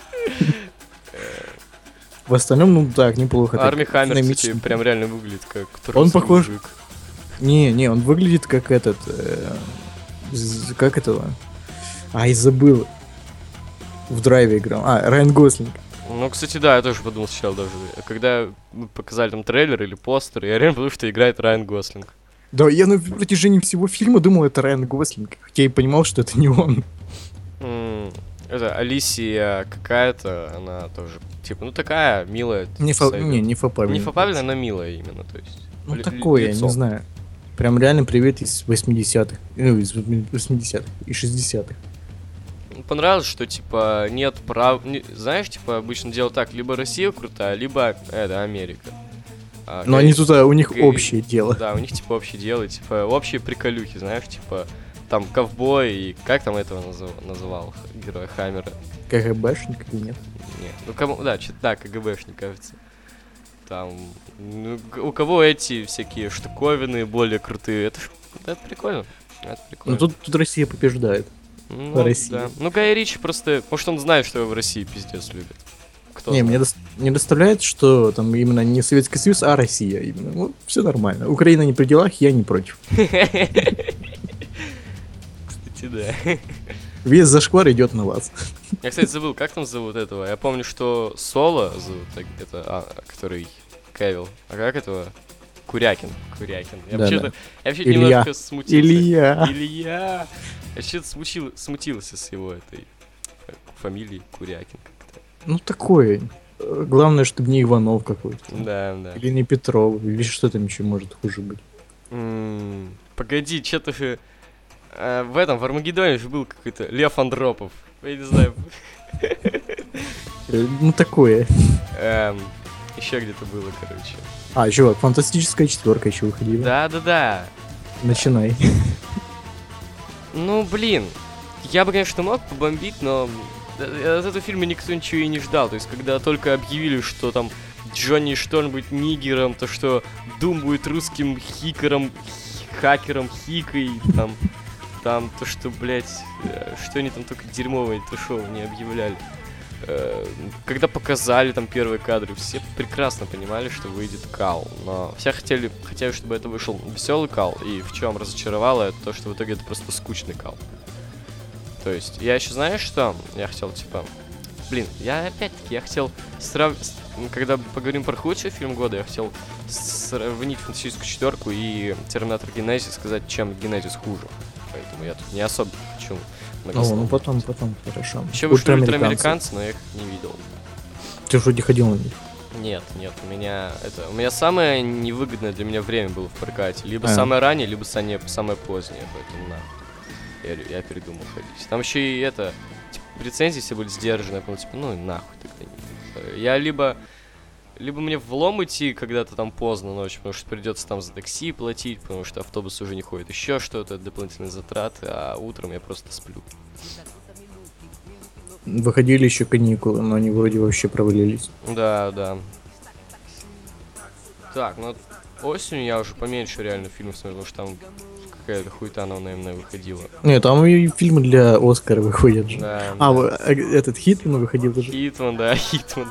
В остальном, ну так, неплохо. Арми Хаммер, кстати, прям реально выглядит как трусый Он похож... мужик. Не, не, он выглядит как этот... Э, как этого? Ай, забыл. В драйве играл. А, Райан Гослинг. Ну, кстати, да, я тоже подумал сначала даже. Когда мы показали там трейлер или постер, я реально подумал, что играет Райан Гослинг. Да, я на протяжении всего фильма думал, это Райан Гослинг. Хотя и понимал, что это не он. Mm, это Алисия какая-то, она тоже, типа, ну такая, милая. Не, фа... не, не фапабельная. Не фапабельная, но милая именно, то есть. Ну, такое, я не знаю. Прям реально привет из восьмидесятых. Ну, из восьмидесятых и шестидесятых. Понравилось, что, типа, нет прав... Не, знаешь, типа, обычно делают так, либо Россия крутая, либо, это, Америка. А, Но они тут, а, у них Г... общее дело. Да, у них, типа, общее дело, типа, общие приколюхи, знаешь, типа, там, ковбой и... Как там этого назыв... называл героя Хаммера? КГБшник или нет? Нет, ну, кому... Да, что-то, да, КГБшник, кажется. Там, ну, у кого эти всякие штуковины более крутые, это, это прикольно, это прикольно. Ну, тут, тут Россия побеждает. Ну, России. Да. Ну, Гай Ричи просто... Может, он знает, что его в России пиздец любят. Кто не, мне, до... мне доставляет, что там именно не Советский Союз, а Россия. Именно. Ну, все нормально. Украина не при делах, я не против. Кстати, да. Весь зашквар идет на вас. Я, кстати, забыл, как там зовут этого. Я помню, что Соло зовут, это, а, который Кевилл. А как этого? Курякин. Курякин. Я да, вообще-то, да. я вообще немножко смутился. Илья. Илья. Я что-то смутил, смутился с его этой фамилией Курякин как-то. Ну, такое. Главное, чтобы не Иванов какой-то. Да, да. Или не Петров. Или что там еще может хуже быть. М-м, погоди, что-то же... А, в этом, в Армагеддоне же был какой-то Лев Андропов. Я не знаю. Ну, такое. Эм, еще где-то было, короче. А, чувак, фантастическая четверка еще выходила. Да-да-да. Начинай. Ну, блин. Я бы, конечно, мог побомбить, но от этого фильма никто ничего и не ждал. То есть, когда только объявили, что там Джонни Шторм будет нигером, то что Дум будет русским хикером, хакером, хикой, там... Там то, что, блядь, что они там только дерьмовые трешоу не объявляли. Когда показали там первые кадры, все прекрасно понимали, что выйдет Кал. Но все хотели, хотели, чтобы это вышел веселый Кал. И в чем разочаровало, это то, что в итоге это просто скучный Кал. То есть, я еще, знаешь что? Я хотел, типа... Блин, я опять-таки, я хотел сравнить... Когда поговорим про худший фильм года, я хотел сравнить фантастическую четверку и Терминатор Генезис, сказать, чем Генезис хуже. Поэтому я тут не особо хочу многословно. О, ну потом, потом, хорошо. Еще вышли ультраамериканцы, но я их не видел. Ты вроде ходил на них? Нет, нет, у меня это... У меня самое невыгодное для меня время было в прокате. Либо а. самое раннее, либо самое, самое позднее, поэтому нахуй. Я, я передумал ходить. Там еще и это... Типа, рецензии все были сдержаны, я понял, типа, ну и нахуй тогда. Я либо... Либо мне влом идти когда-то там поздно ночью, потому что придется там за такси платить, потому что автобус уже не ходит, еще что-то, дополнительные затраты, а утром я просто сплю. Выходили еще каникулы, но они вроде вообще провалились. Да, да. Так, ну осенью я уже поменьше реально фильмов смотрел, потому что там какая-то хуйта, наверное, выходила. Нет, там и фильмы для Оскара выходят же. Да, а, да. Этот Хитман выходил тоже. Хитман, да, Хитман.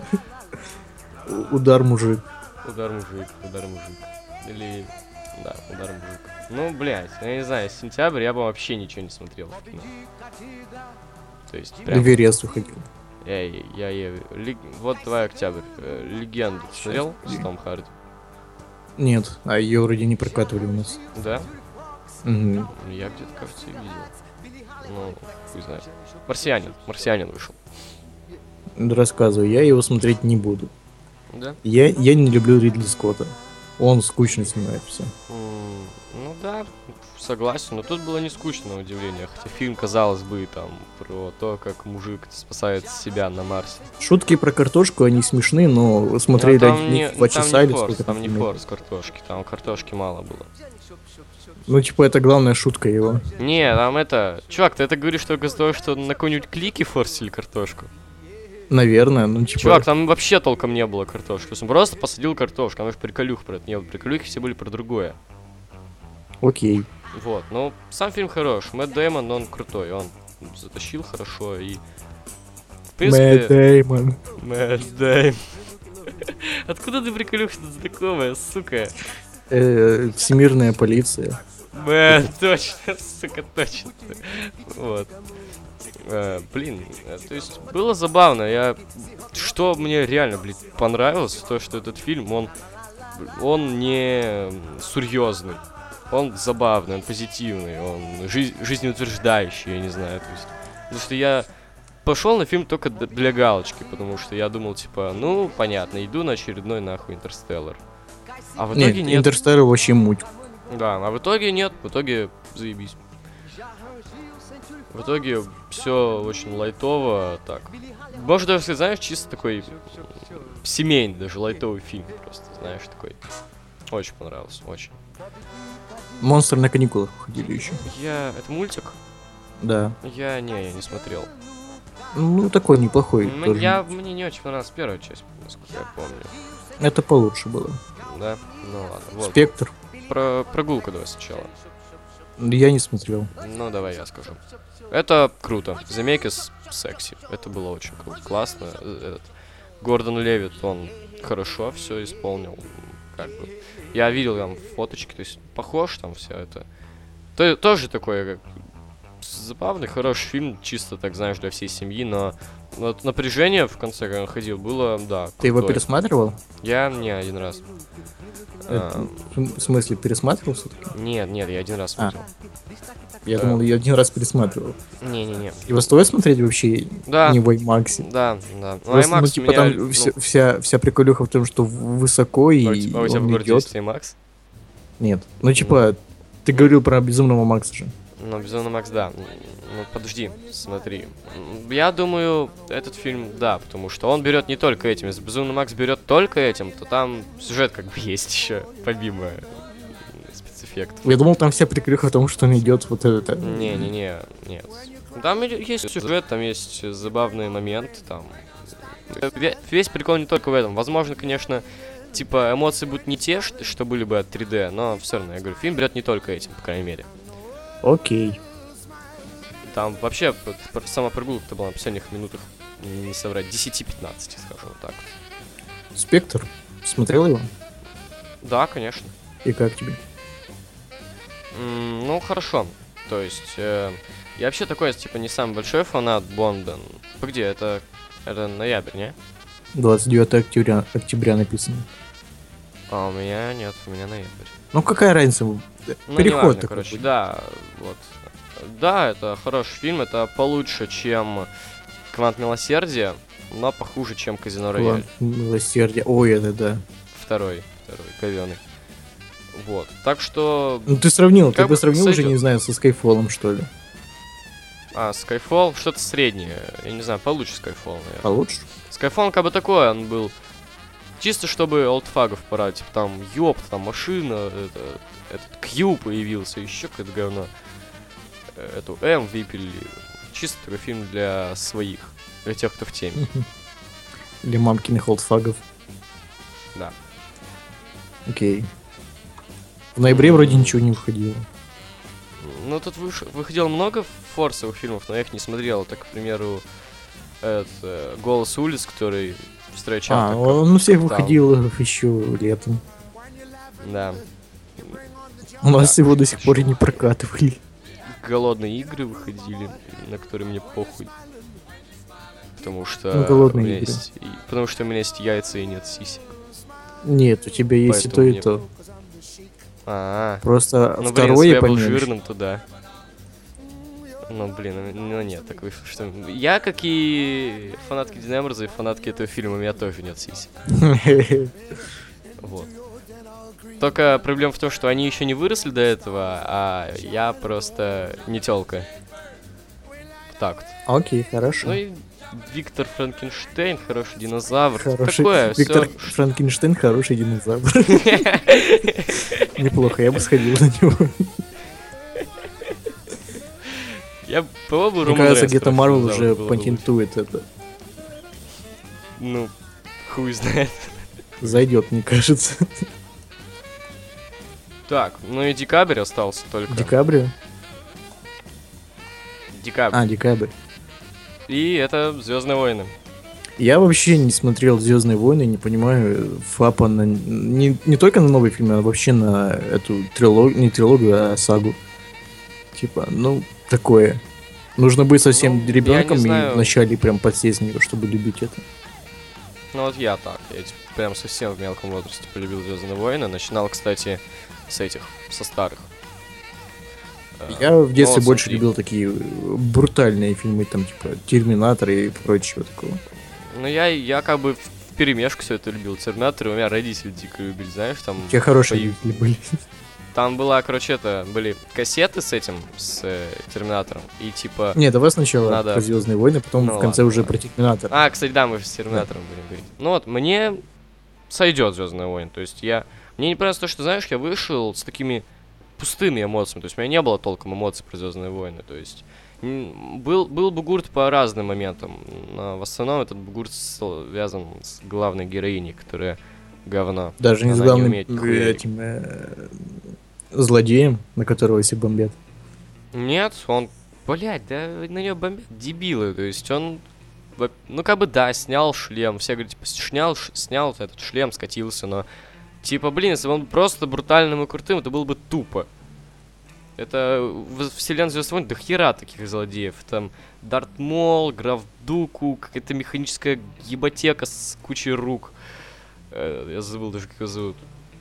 Удар мужик. Удар мужик, удар мужик. Или... Да, удар мужик. Ну, блядь, я не знаю, сентябрь я бы вообще ничего не смотрел. То есть, прям... Эверест выходил. Я, я, я, лег... Вот твой октябрь. Э, Легенду смотрел с Том Харди? Нет, а ее вроде не прокатывали у нас. Да? Угу. Я где-то, кажется, и видел. Ну, хуй знает. Марсианин. Марсианин вышел. Рассказываю, я его смотреть не буду. Да? Я, я не люблю Ридли Скотта. Он скучно снимает все. М, Ну да, согласен. Но тут было не скучно, на удивление. Хотя фильм, казалось бы, там, про то, как мужик спасает себя на Марсе. Шутки про картошку, они смешные, но смотреть Но ради там них не, два там часа не или форс, сколько там не фильме. форс картошки. Там картошки мало было. Ну, типа, это главная шутка его. Не, там это... Чувак, ты это говоришь только из-за того, что на какой-нибудь клике форсили картошку? Наверное, ну, типа... Чувак, там вообще толком не было картошки. То есть он просто посадил картошку. Там же приколюх про это не было. Приколюхи все были про другое. Окей. Вот, ну, сам фильм хорош. Мэтт Дэймон, он крутой. Он затащил хорошо и... В Мэтт Дэймон. Мэтт Дэймон. Откуда ты приколюх что-то знакомое, сука? Э, Всемирная полиция. Мэтт, точно, сука, точно. Вот. Э, блин, э, то есть было забавно. Я... Что мне реально, блин, понравилось, то, что этот фильм, он... Он не серьезный. Он забавный, он позитивный, он жиз- жизнеутверждающий, я не знаю. То есть, потому что я пошел на фильм только д- для галочки, потому что я думал, типа, ну, понятно, иду на очередной нахуй Интерстеллар. А в итоге Нет, нет. Интерстеллар вообще муть. Да, а в итоге нет, в итоге заебись. В итоге все очень лайтово, так. Можно даже сказать, знаешь, чисто такой семейный, даже лайтовый фильм, просто, знаешь, такой. Очень понравился, очень. Монстры на каникулах ходили еще. Я... Это мультик? Да. Я... Не, я не смотрел. Ну, такой неплохой. М, тоже. Я... Мне не очень понравилась первая часть, насколько я помню. Это получше было. Да? Ну ладно. Вот. Спектр. Про прогулку давай сначала. Я не смотрел. Ну, давай я скажу. Это круто. Замейка с секси. Это было очень круто. Классно. Этот Гордон Левитт, он хорошо все исполнил. Как бы. Я видел там фоточки, то есть похож там все это. То, тоже такой как забавный, хороший фильм, чисто так, знаешь, для всей семьи, но вот напряжение в конце, когда он ходил, было, да, Ты его крутое. пересматривал? Я не один раз. Это, А, в смысле, пересматривал все-таки? нет, нет, я один раз А. смотрел. Я Да. думал, я один раз пересматривал. Не-не-не. Его стоит смотреть вообще Да. не в IMAX? Да, да. Ну, Просто, ну, IMAX типа, меня, там ну, вся, вся, вся приколюха в том, что в- высоко и а у тебя, а у тебя в он городе идет. есть IMAX? Нет. Ну, типа, ты говорил про Безумного Макса же. Ну, Безумно Макс, да. Ну, подожди, смотри. М, Я думаю, этот фильм, да, потому что он берет не только этим. Если Безумный Макс берет только этим, то там сюжет как бы есть еще, помимо м, спецэффектов. Я думал, там вся приколюха в том, что он идет вот это. Не-не-не, нет. Там и- есть сюжет, там есть забавные моменты, там... Ве- Весь прикол не только в этом. Возможно, конечно, типа, эмоции будут не те, что что были бы от три дэ, но все равно, я говорю, фильм берет не только этим, по крайней мере. Окей. Там вообще п- п- сама прогулка-то была на последних минутах, не соврать, десять-пятнадцать, скажем вот так. Спектр. Смотрел его? Да, конечно. И как тебе? М, ну, хорошо. То есть, э, я вообще такой, типа, не самый большой фанат Бонда. По где? Это, это ноябрь, не? двадцать девятого октября, октября написано. А у меня нет, у меня ноябрь. Ну, какая разница? Ну, Переход неважно, такой короче, будет. да, вот. Да, это хороший фильм, это получше, чем Квант Милосердия, но похуже, чем Казино Рояль. Ладно, Милосердие. Ой, это да. Второй, второй, говёный. Вот, так что... Ну ты сравнил, Как ты бы бы сравнил уже, сойдёт. не знаю, со Skyfall, что ли? А, Skyfall, что-то среднее, я не знаю, получше Skyfall, наверное. Получше? Skyfall как бы такой, он был чисто чтобы олдфагов пора, типа там, ёпт, там машина, это, этот Q появился, еще какое-то говно. Э, Эту М выпили. Чисто такой фильм для своих, для тех, кто в теме. Для мамкиных олдфагов. Да. Окей. В ноябре вроде ничего не выходило. Ну, тут выш- выходило много форсовых фильмов, но я их не смотрел. Так, к примеру, этот, э, «Голос улиц», который встречал. А, как он у всех капитан. выходил еще летом. Да. У нас Да. его до сих пор и не прокатывали. «Голодные игры» выходили, на которые мне похуй. потому что Ну, у голодные меня игры. есть, и- потому что у меня есть яйца и нет сисек. Нет, у тебя есть и то, Поэтому и мне- то. А, Просто ну блин, если бы второе я был поменьше. жирным, то да. Ну блин, ну ну, нет, так вышло, что... Я, как и фанатки Дина Эмберза и фанатки этого фильма, у меня тоже нет сисек. Вот. Только проблема в том, что они еще не выросли до этого, а я просто не тёлка. Так вот. Окей, хорошо. Ну и Виктор Франкенштейн, хороший динозавр. Хороший. Такое, Виктор всё. Франкенштейн хороший динозавр. Неплохо, я бы сходил на него. Я, по-моему, Мне Роман кажется, Рейнс где-то хороший Марвел динозавр уже было бы лучше. патентует это. Ну, хуй знает. Зайдет, мне кажется. Так, ну и декабрь остался только. Декабрь? Декабрь. А, декабрь. И это Звездные войны. Я вообще не смотрел Звездные войны, не понимаю фапа на не, не только на новый фильм, а вообще на эту трилогию, не трилогию, а сагу. Типа, ну, такое. Нужно быть совсем Ну, я ребенком не и знаю. вначале прям подсесть в нее, чтобы любить это. Ну вот я так. Я типа, прям совсем в мелком возрасте полюбил Звездные войны. Начинал, кстати, с этих, со старых. Э, Я в детстве ну, больше смотри. любил такие э, брутальные фильмы, там, типа, Терминатор и прочего такого. Ну я, я как бы в перемешку все это любил. Терминаторы у меня родители дико любили, знаешь, там... У тебя хорошие пои- родители были. Там была, короче, это, были кассеты с этим, с э, Терминатором. И типа... Не, давай сначала Надо- про Звездные войны, потом Ну в конце ладно, уже ладно. про Терминатор. А, кстати, да, мы же с Терминатором будем говорить. Ну вот, мне сойдет Звездные войны. То есть я... Мне не понравилось то, что, знаешь, я вышел с такими пустыми эмоциями. То есть у меня не было толком эмоций про Звездные войны. То есть м, был, был бугурт по разным моментам. Но в основном этот бугурт связан с главной героиней, которая говно. Даже не с Она не главным умеет э, нихуя. этим э, злодеем, на которого все бомбят. Нет, он, блядь, да на нее бомбят дебилы, то есть он, во- ну как бы да, снял шлем, все говорят, типа, снял, ш- снял этот шлем, скатился, но, типа, блин, если бы он просто брутальным и крутым, это было бы тупо. Это в вселенной Звездных войн до хера таких злодеев, там Дарт Мол, Граф Дуку, какая-то механическая еботека с кучей рук. Э, я забыл даже, как его зовут.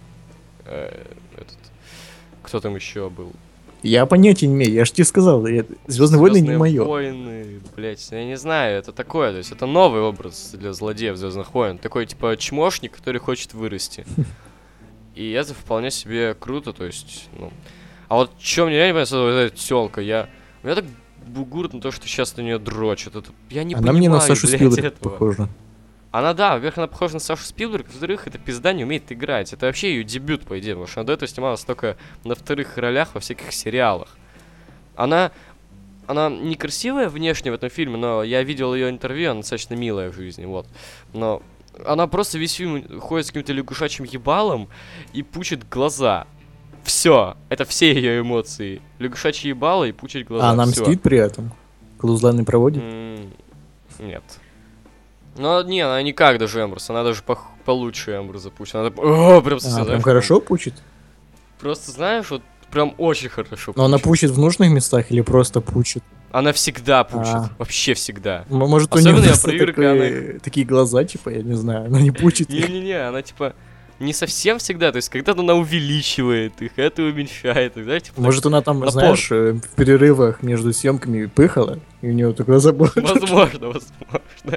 Э, этот, кто там еще был? Я понятия не имею, я же тебе сказал, Звездные войны не Звездные мое. войны, блять, я не знаю, это такое, то есть это новый образ для злодеев Звездных войн. Такой типа чмошник, который хочет вырасти. И это вполне себе круто, то есть, ну. А вот что мне реально понравилось, вот эта тёлка, я. У меня так бугурт на то, что сейчас на нее дрочат. Это... Я не Она понимаю, мне на Сашу блядь, Спилберг этого. похожа. Она, да, во-первых, она похожа на Сашу Спилберг, во-вторых, эта пизда не умеет играть. Это вообще ее дебют, по идее, потому что она до этого снималась только на вторых ролях во всяких сериалах. Она, она некрасивая внешне в этом фильме, но я видел ее интервью, она достаточно милая в жизни, вот. Но она просто весь фильм ходит с каким-то лягушачьим ебалом и пучит глаза. Все, это все ее эмоции. Лягушачьи ебало и пучить глаза. А она всё. мстит при этом? Клузлан проводит? М, Нет. Ну, не, она никак даже Эмбрус, она даже пох- получше Эмбруса пучит. Она так, о, прям совсем, А, прям знаешь, хорошо пучит? Просто знаешь, вот прям очень хорошо Но она пучит. пучит в нужных местах или просто пучит? Она всегда пучит, А. вообще всегда. М- Может, у Особенно нее я просто про Юрика, такое- такие глаза, типа, я не знаю, она не пучит. их. Не-не-не, она типа не совсем всегда, то есть когда-то она увеличивает их, это уменьшает их, да, типа, Может, она там, напор. знаешь, э, в перерывах между съемками пыхала, и у нее такой забор. так, возможно, возможно.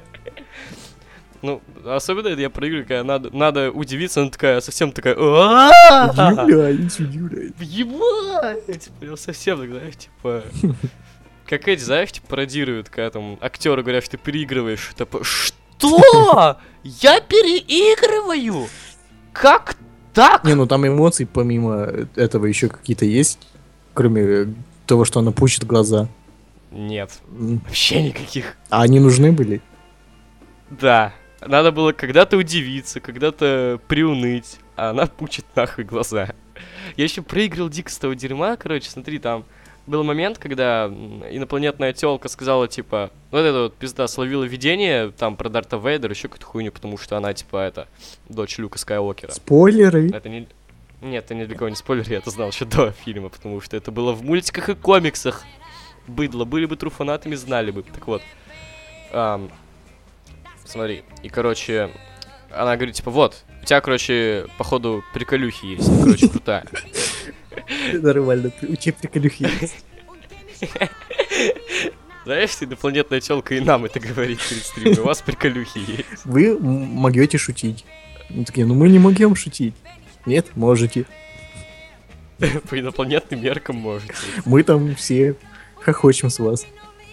Ну, особенно это я про Юрика, когда надо, надо удивиться, она такая, совсем такая, «А-а-а!» Удивляюсь, удивляюсь. Ебать! Прям совсем так, знаешь, типа... Как эти, знаешь, типа пародируют, когда там актеры говорят, что ты переигрываешь. Типа, что? Я переигрываю? Как так? Не, ну там эмоции помимо этого еще какие-то есть, кроме того, что она пучит глаза. Нет, М. вообще никаких. А они нужны были? Да, надо было когда-то удивиться, когда-то приуныть, а она пучит нахуй глаза. Я еще проиграл дико с того дерьма, короче, смотри, там был момент, когда м, инопланетная тёлка сказала, типа, вот эта вот пизда словила видение, там, про Дарта Вейдера, еще какую-то хуйню, потому что она, типа, это, дочь Люка Скайуокера. Спойлеры. Это не... Нет, это ни для кого не спойлер, я это знал еще до фильма, потому что это было в мультиках и комиксах. Быдло, были бы тру фанатами, знали бы. Так вот. ам, смотри, и, короче, она говорит, типа, вот, у тебя, короче, походу, приколюхи есть, короче, крутая. Нормально, у тебя приколюхи есть. Знаешь, ты инопланетная тёлка и нам это говорит перед стримом, у вас приколюхи есть. Вы могете шутить. Ну, такие, ну мы не могем шутить. Нет, можете. По инопланетным меркам можете. Мы там все хохочем с вас.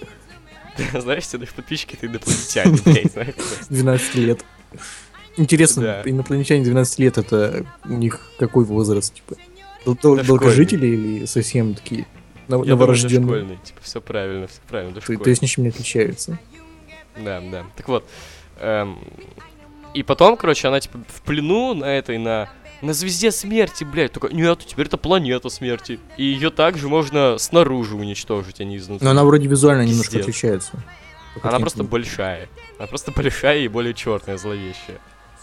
Знаешь, все наши подписчики это инопланетяне, блядь, знаешь. двенадцать лет. Интересно, Да. инопланетяне двенадцать лет, это у них какой возраст, типа? Дол- дол- Да Долгожители или совсем такие нов- Я думаю, что новорожденные? школьный, типа, все правильно, все правильно, То, дошкольный. то есть ничем не отличаются. Да, да. Так вот. эм, и потом, короче, она, типа, в плену на этой, на... На звезде смерти, блядь. Только, нет, теперь это планета смерти. И ее также можно снаружи уничтожить, а не изнутри. Но она вроде визуально немножко Пиздец. отличается. По Она картинке. просто большая. Она просто большая и более черная, зловещая.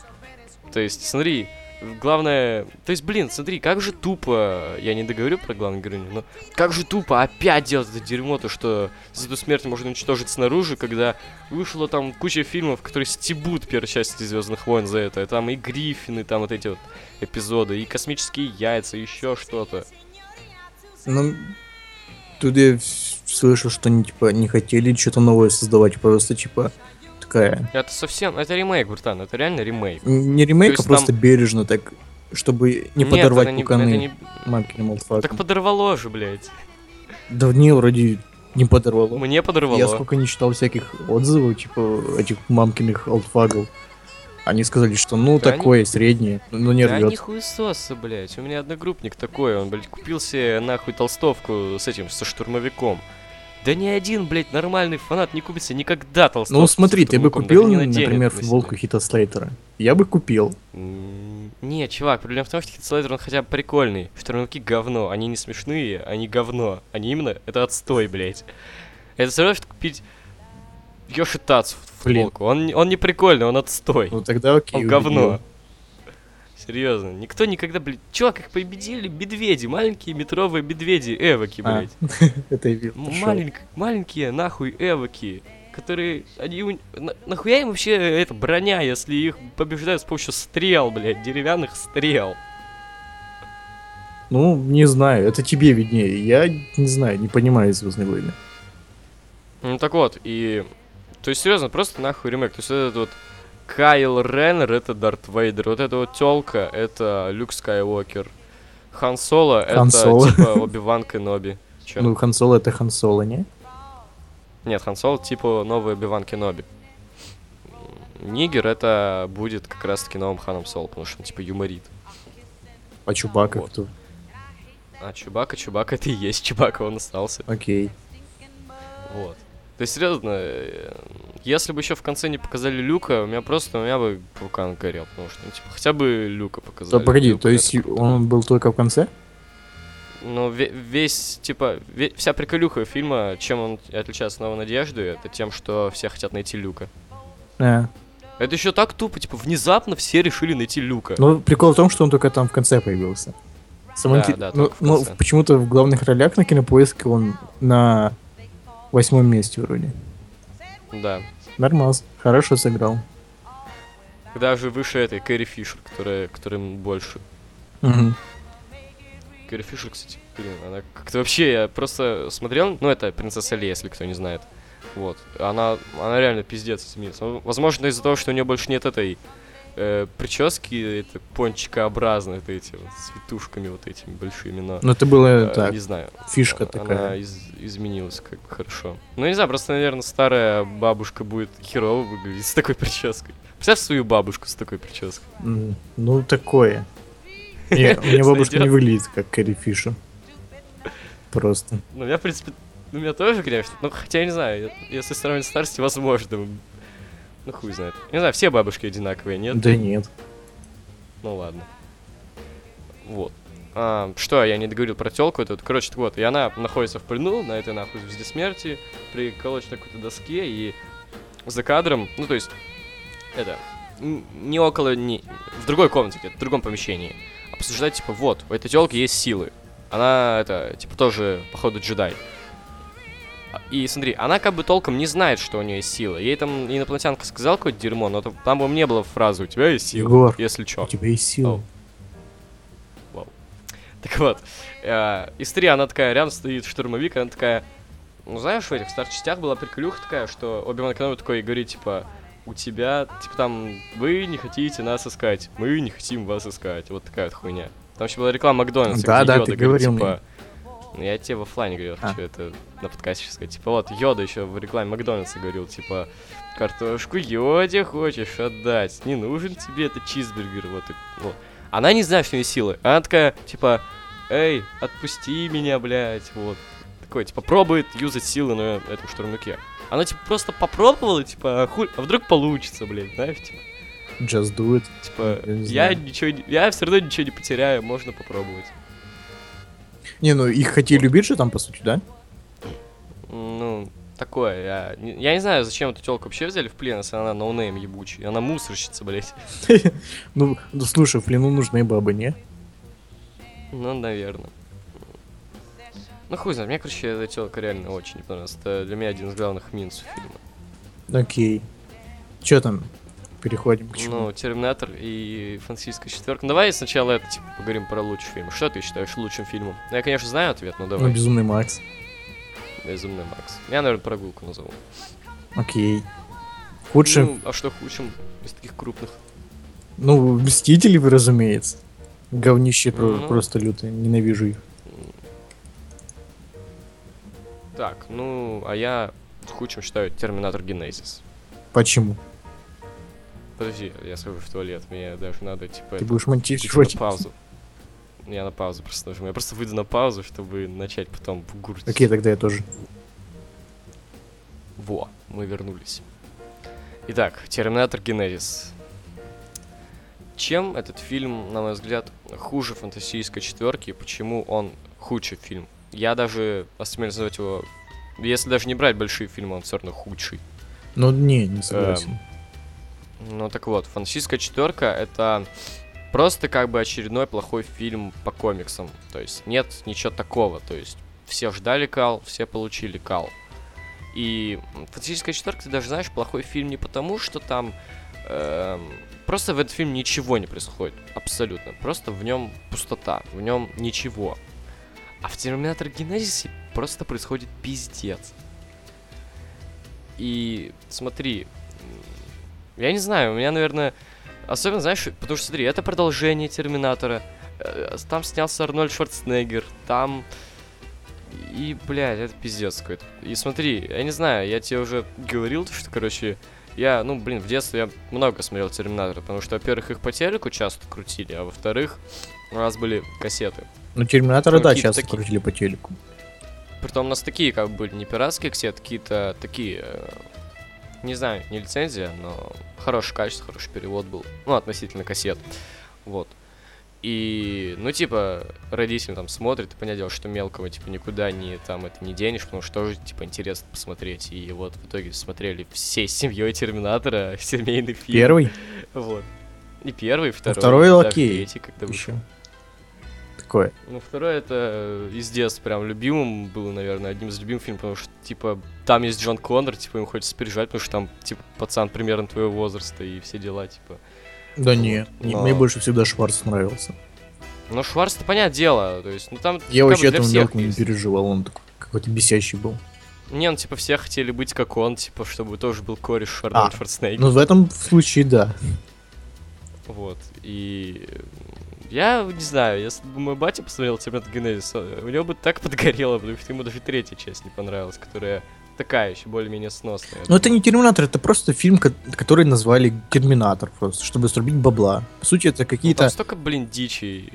То есть, смотри, главное... То есть, блин, смотри, как же тупо... Я не договорю про главную героиню, но... Как же тупо опять делать это дерьмо, то что звезду смерти можно уничтожить снаружи, когда вышло там куча фильмов, которые стебут первой части Звездных войн за это. Там и Гриффины, там вот эти вот эпизоды, и космические яйца, и еще что-то. Ну, тут я в- слышал, что они, типа, не хотели что-то новое создавать, просто, типа, такая... Это совсем... Это ремейк, братан, это реально ремейк. н- Не ремейк, То а есть просто там- бережно так, чтобы не Нет, подорвать это не- пуканы это не- мамкиным Так олдфаком. подорвало же, блядь. Да не, вроде не подорвало. Мне подорвало. Я сколько не читал всяких отзывов, типа, этих мамкиных олдфагов. Они сказали, что ну Да такое, среднее, но не Да рвет. они хуесосы, блядь. У меня одногруппник такой, он, блядь, купил себе нахуй толстовку с этим, со штурмовиком. Да ни один, блядь, нормальный фанат не купится никогда толстовку. Ну со смотри, ты бы штурмовиком, купил, даже не наденет например, на футболку себя. Хита Слейтера? Я бы купил. М, Не, чувак, проблема в том, что Хитслейдер, он хотя бы прикольный. Штурмовики говно, они не смешные, они говно. Они именно, это отстой, блядь. Это все равно, что купить Йоши Тацу Блин. футболку. Он, не- он не прикольный, он отстой. Ну тогда окей. Он говно. Серьезно. Никто никогда, блядь... Чувак, их победили медведи. Маленькие метровые медведи. Эвоки, А, блядь. Это я вижу. М- Хорошо. маленьк- Маленькие, нахуй, эвоки. Которые... Они... у- на- Нахуя им вообще эта броня, если их побеждают с помощью стрел, блядь. Деревянных стрел. Ну, не знаю, это тебе виднее. Я не знаю, не понимаю Звездные войны. Ну так вот, и... То есть, серьезно, просто нахуй ремейк. То есть, этот вот Кайл Реннер — это Дарт Вейдер. Вот эта вот тёлка — это Люк Скайуокер. Хан Соло — Хан это Соло. типа Оби-Ван Кеноби. Чё? Ну, Хан Соло это Хан Соло, не? Нет, Хан Соло типа новый Оби-Ван Кеноби. М, Нигер — это будет как раз-таки новым Ханом Соло, потому что он типа юморит. А Чубака Вот. кто? А Чубака, Чубака — это и есть Чубака, он остался. Окей. Вот. То есть, серьезно, э, если бы еще в конце не показали Люка, у меня просто, у меня бы вулкан горел, потому что, ну, типа, хотя бы Люка Да показали. погоди, Люка — то это есть круто. он был только в конце? Ну, ве- весь, типа, ве- вся приколюха фильма, чем он отличается от «Новой надежды», это тем, что все хотят найти Люка. А. Это еще так тупо, типа, внезапно все решили найти Люка. Ну, прикол в том, что он только там в конце появился. Самое Да, инте- да, ну, только в ну, конце. почему-то в главных ролях на Кинопоиске он на восьмом месте вроде. Да. Нормас, хорошо сыграл. Даже выше этой Кэрри Фишер, которая, которым больше. Мгм. Кэрри Фишер, кстати, блин, она как-то вообще, я просто смотрел, ну, это принцесса Лея, если кто не знает. Вот. Она, она реально пиздец изменилась. Ну, возможно, из-за того, что у нее больше нет этой э, прически, это пончикообразной, вот эти вот, с витушками вот этими большими, но... Ну, это было э, так, Не знаю. фишка Она такая. из- изменилась как бы хорошо. Ну, не знаю, просто, наверное, старая бабушка будет херово выглядеть с такой прической. Представь свою бабушку с такой прической. М, Ну, такое. Не, у меня бабушка не Сойдёт. выглядит как Кэрри Фишер. Просто. Ну, я, в принципе, ну, у меня тоже, конечно. Ну, хотя, я не знаю, я- если сравнивать старости, возможно. Ну, хуй знает. Не знаю, все бабушки одинаковые, нет? Да нет. Ну, ладно. Вот. А, что, я не договорил про тёлку эту. Короче, так вот, и она находится в плену на этой, нахуй, звезде смерти, приколочена к какой-то доске, и за кадром, ну, то есть, это, н- не около, не, в другой комнате, где-то, в другом помещении, обсуждать, типа, вот, у этой тёлки есть силы. Она, это, типа, тоже, походу, джедай. И смотри, она как бы толком не знает, что у нее есть сила. Ей там инопланетянка сказала какое-то дерьмо, но там, там бы не было фразы «У тебя есть сила», Егор, если чё. у тебя есть сила. Оу. Вау. Так вот, э, из три она такая, рядом стоит штурмовик, она такая... Ну, знаешь, в этих старых частях была приколюха такая, что Оби-Ван Кеноби такой и говорит, типа, у тебя, типа, там, вы не хотите нас искать, мы не хотим вас искать. Вот такая вот хуйня. Там еще была реклама Макдональдса, Да, где да, Йода ты говорит, говорил типа... Ну, я тебе в оффлайне говорил, А. хочу это на подкасте сейчас сказать. Типа, вот, Йода еще в рекламе Макдональдса говорил, типа, картошку Йоде хочешь отдать, не нужен тебе этот чизбургер, вот, и, вот. Она не знает, что у нее силы. Она такая, типа, эй, отпусти меня, блядь, вот. Такой, типа, пробует юзать силы на этом штурмовике. Она, типа, просто попробовала, типа, а, хуль... а вдруг получится, блядь, знаешь, типа. Just do it. Типа, Я не я знаю. ничего, не- я все равно ничего не потеряю, можно попробовать. Не, ну их хотели любить же там, по сути, да? Ну, такое, я не, я не знаю, зачем эту телку вообще взяли в плен, если она ноунейм ебучий. Она мусорщица, блядь. Ну, ну слушай, в плену нужны бабы, не? Ну, наверное. Ну, хуй знает, мне, короче, эта телка реально очень не понравилась. Это для меня один из главных минусов фильма. Окей. Чё там? Переходим к чему? Ну, Терминатор и Фантастическая четверка. Ну, давай сначала это, типа, поговорим про лучший фильм. Что ты считаешь лучшим фильмом? Ну, я, конечно, знаю ответ, но Ну, давай. Безумный Макс. Безумный Макс. Я, наверное, Прогулку назову. Окей. Худшим? Ну, а что худшим из таких крупных? Ну, Мстители, разумеется. Говнище про- Ну. просто лютые. Ненавижу их. Так, ну, а я худшим считаю Терминатор Генезис. Почему? Подожди, я схожу в туалет, мне даже надо, типа, Ты это, будешь выйти монтировать? на паузу. Я на паузу просто нажму. Я просто выйду на паузу, чтобы начать потом гурть. Окей, тогда я тоже. Во, мы вернулись. Итак, Терминатор Генезис. Чем этот фильм, на мой взгляд, хуже Фантастической четверки и почему он худший фильм? Я даже осмелюсь назвать его... Если даже не брать большие фильмы, он все равно худший. Ну, не, не согласен. Ну так вот, Фантастическая четверка это просто как бы очередной плохой фильм по комиксам. То есть нет ничего такого. То есть все ждали кал, все получили кал. И Фантастическая четверка, ты даже знаешь, плохой фильм не потому, что там эм, просто в этот фильм ничего не происходит. Абсолютно. Просто в нем пустота, в нем ничего. А в Терминатор Генезисе просто происходит пиздец. И смотри, я не знаю, у меня, наверное, особенно, знаешь, потому что, смотри, это продолжение Терминатора, э, там снялся Арнольд Шварценеггер, там... И, блядь, это пиздец какой-то. И смотри, я не знаю, я тебе уже говорил, что, короче, я, ну, блин, в детстве я много смотрел Терминатора, потому что, во-первых, их по телеку часто крутили, а во-вторых, у нас были кассеты. Ну, Терминатора, Ну, да, какие-то часто такие. крутили по телеку. Притом у нас такие, как бы, были не пиратские кассеты, какие-то такие, э, не знаю, не лицензия, но хорошее качество, хороший перевод был, ну, относительно кассет, вот. И, ну, типа, родители там смотрят, и понятное дело, что мелкого, типа, никуда не, там, это не денешь, потому что тоже, типа, интересно посмотреть. И вот в итоге смотрели всей семьей Терминатора, семейный фильм. Первый? Вот. И первый, и второй. второй даже окей. третий, когда вышел. Еще. Такое. Ну, второй это э, из детства прям любимым был, наверное, одним из любимых фильмов, потому что, типа, там есть Джон Коннор, типа, им хочется переживать, потому что там, типа, пацан примерно твоего возраста и все дела, типа. Да Вот, не, не, но- мне больше всегда Шварц нравился. Ну, Шварц-то, понятное дело, то есть, ну, там... Я как бы вообще для этому всех мелкому не есть. переживал, он такой какой-то бесящий был. Не, ну, типа, все хотели быть как он, типа, чтобы тоже был кореш Арнольд А, Шварценеггер. Ну, в этом случае, да. Вот, и... э, Я не знаю, если бы мой батя посмотрел Терминатор Генезис, у него бы так подгорело, потому что ему даже третья часть не понравилась, которая такая еще более-менее сносная. Но это не Терминатор, это просто фильм, ко- который назвали Терминатор просто, чтобы срубить бабла. По сути, это Ну, какие-то... там столько, блин, дичи.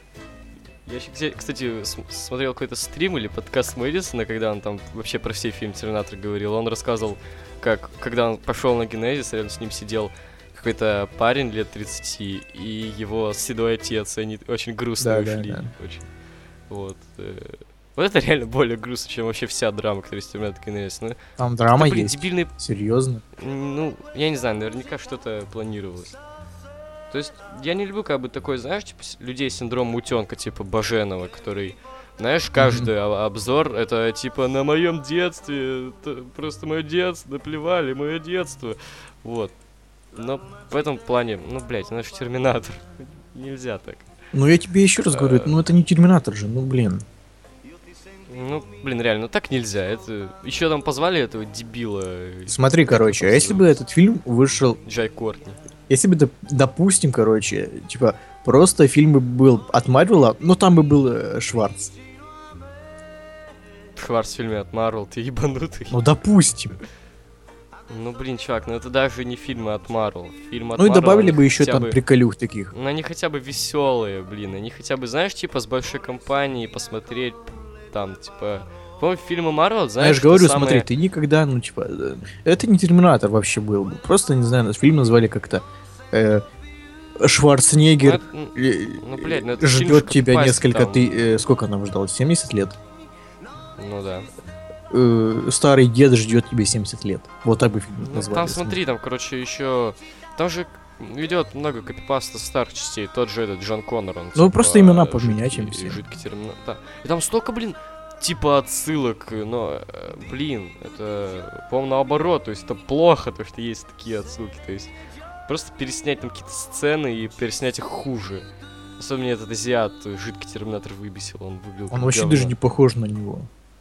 Я еще, где- кстати, с- смотрел какой-то стрим или подкаст Мэдисона, когда он там вообще про все фильмы Терминатор говорил. Он рассказывал, как, когда он пошел на Генезис, рядом с ним сидел какой-то парень лет тридцати и его седой отец, и они очень грустно Да, да, ушли. да. Очень. Вот. э, Вот это реально более грустно, чем вообще вся драма, которая есть в Терминатор Генезис. Ну, Там драма это, блин, есть. дебильный. Серьезно. Ну, я не знаю, наверняка что-то планировалось. То То есть я не люблю как бы такой, знаешь, типа с- людей с синдромом утенка, типа Баженова, который, знаешь, каждый о- обзор это типа на моем детстве, это просто мое детство, наплевали, мое детство. Вот. Но в этом плане, ну, блядь, наш Терминатор. Нельзя так. Ну я тебе еще раз говорю, Э. ну это не Терминатор же, ну блин. Ну, блин, реально, ну так нельзя. Это еще там позвали этого дебила. э, Смотри, как короче, а его если зовут? бы этот фильм вышел, Джай Кортни. если бы, доп- допустим, короче, типа, просто фильм бы был от Марвела, но там бы был э, Шварц. Шварц в фильме от Марвел, ты ебанутый. Ну, допустим. Ну, блин, чувак, ну это даже не фильмы от Марвел. Фильм от Ну и Marvel, добавили они бы еще хотя там бы- приколюх таких. Ну, они хотя бы веселые, блин. Они хотя бы, знаешь, типа, с большой компанией посмотреть, там, типа... По-моему, фильмы Марвел, Я знаешь, же что говорю, самое- смотри, ты никогда, ну, типа, э, это не Терминатор вообще был бы. Просто, не знаю, фильм назвали как-то э, Ну, Шварценеггер это- м, э, ну, блядь, ну это фильм ждет же тебя копипаст несколько, там. ты, э, сколько нам ждал, семьдесят лет? Ну да. Э, старый дед ждет тебе семьдесят лет. Вот так бы фильм Ну, назвали. там, смотри, там, короче, еще... Там же идет много копипаста старых частей. Тот же этот Джон Коннор, он, Ну, типа, просто имена жидкий- поменять им все. Жидкий терминатор. Да. И там столько, блин, типа отсылок, но, э, блин, это, по-моему, наоборот, то есть это плохо, то, что есть такие отсылки, то есть просто переснять там какие-то сцены и переснять их хуже. Особенно этот азиат, э, жидкий терминатор выбесил, он выглядел Он как вообще говно. даже не похож на него.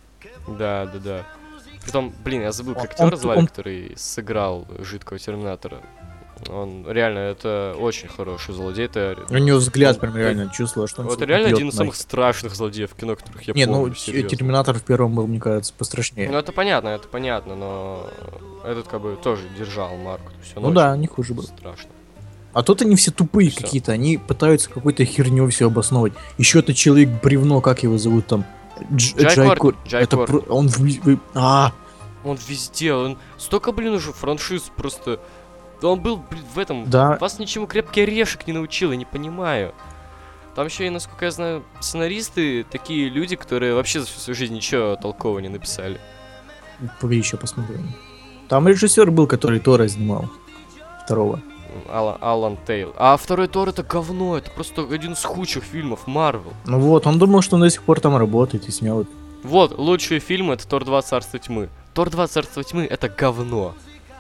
Да, да, да. Притом, блин, я забыл, Он- как актера он- звали, он- который сыграл жидкого терминатора. Он реально, это очень хороший злодей. Это, У него взгляд Ну, прям это- реально чувствовал, что он вот тебя реально убьет один из нахер. самых страшных злодеев в кино, которых я Не, помню. ну, серьезно. Терминатор в первом был, мне кажется, пострашнее. Ну это понятно, это понятно, но этот как бы тоже держал марку. то есть он Ну очень да, не хуже был. страшно. А тут они все тупые Всё. какие-то, они пытаются какой-то херню все обосновывать. Еще этот человек бревно, как его зовут там? Дж- Джай Джай Кортни, Кор- Джай Это Кортни. про- он в... в- А, Он везде, он столько, блин, уже франшиз просто... Да он был, блин, в этом... да. Вас ничему крепкий орешек не научил, я не понимаю. Там еще и, насколько я знаю, сценаристы такие люди, которые вообще за всю свою жизнь ничего толкового не написали. Погоди, еще посмотрим. Там режиссер был, который Тора снимал. Второго. Алан, Алан Тейл. А второй Тор это говно, это просто один из худших фильмов Марвел. Ну вот, он думал, что он до сих пор там работает и снял это. Вот, лучшие фильмы это Тор два Царство Тьмы. Тор два Царство Тьмы это говно.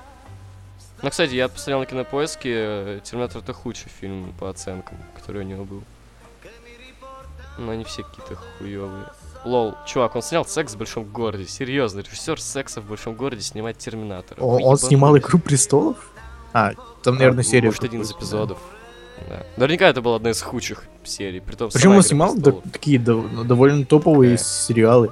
Ну, кстати, я посмотрел на Кинопоиске, э, Терминатор это худший фильм по оценкам, который у него был. Но они все какие-то хуёвые. Лол, чувак, он снял «Секс в большом городе». Серьезно, режиссер «Секса в большом городе» снимает Терминатора. О- Вы он снимал ебанулись? «Игру престолов»? А, там, наверное, А, серия. Может, один из какой-то, да. эпизодов. Да. Наверняка это была одна из худших серий. Притом Причем сама он «Игра снимал да- престолов». такие дов- довольно топовые Да. сериалы.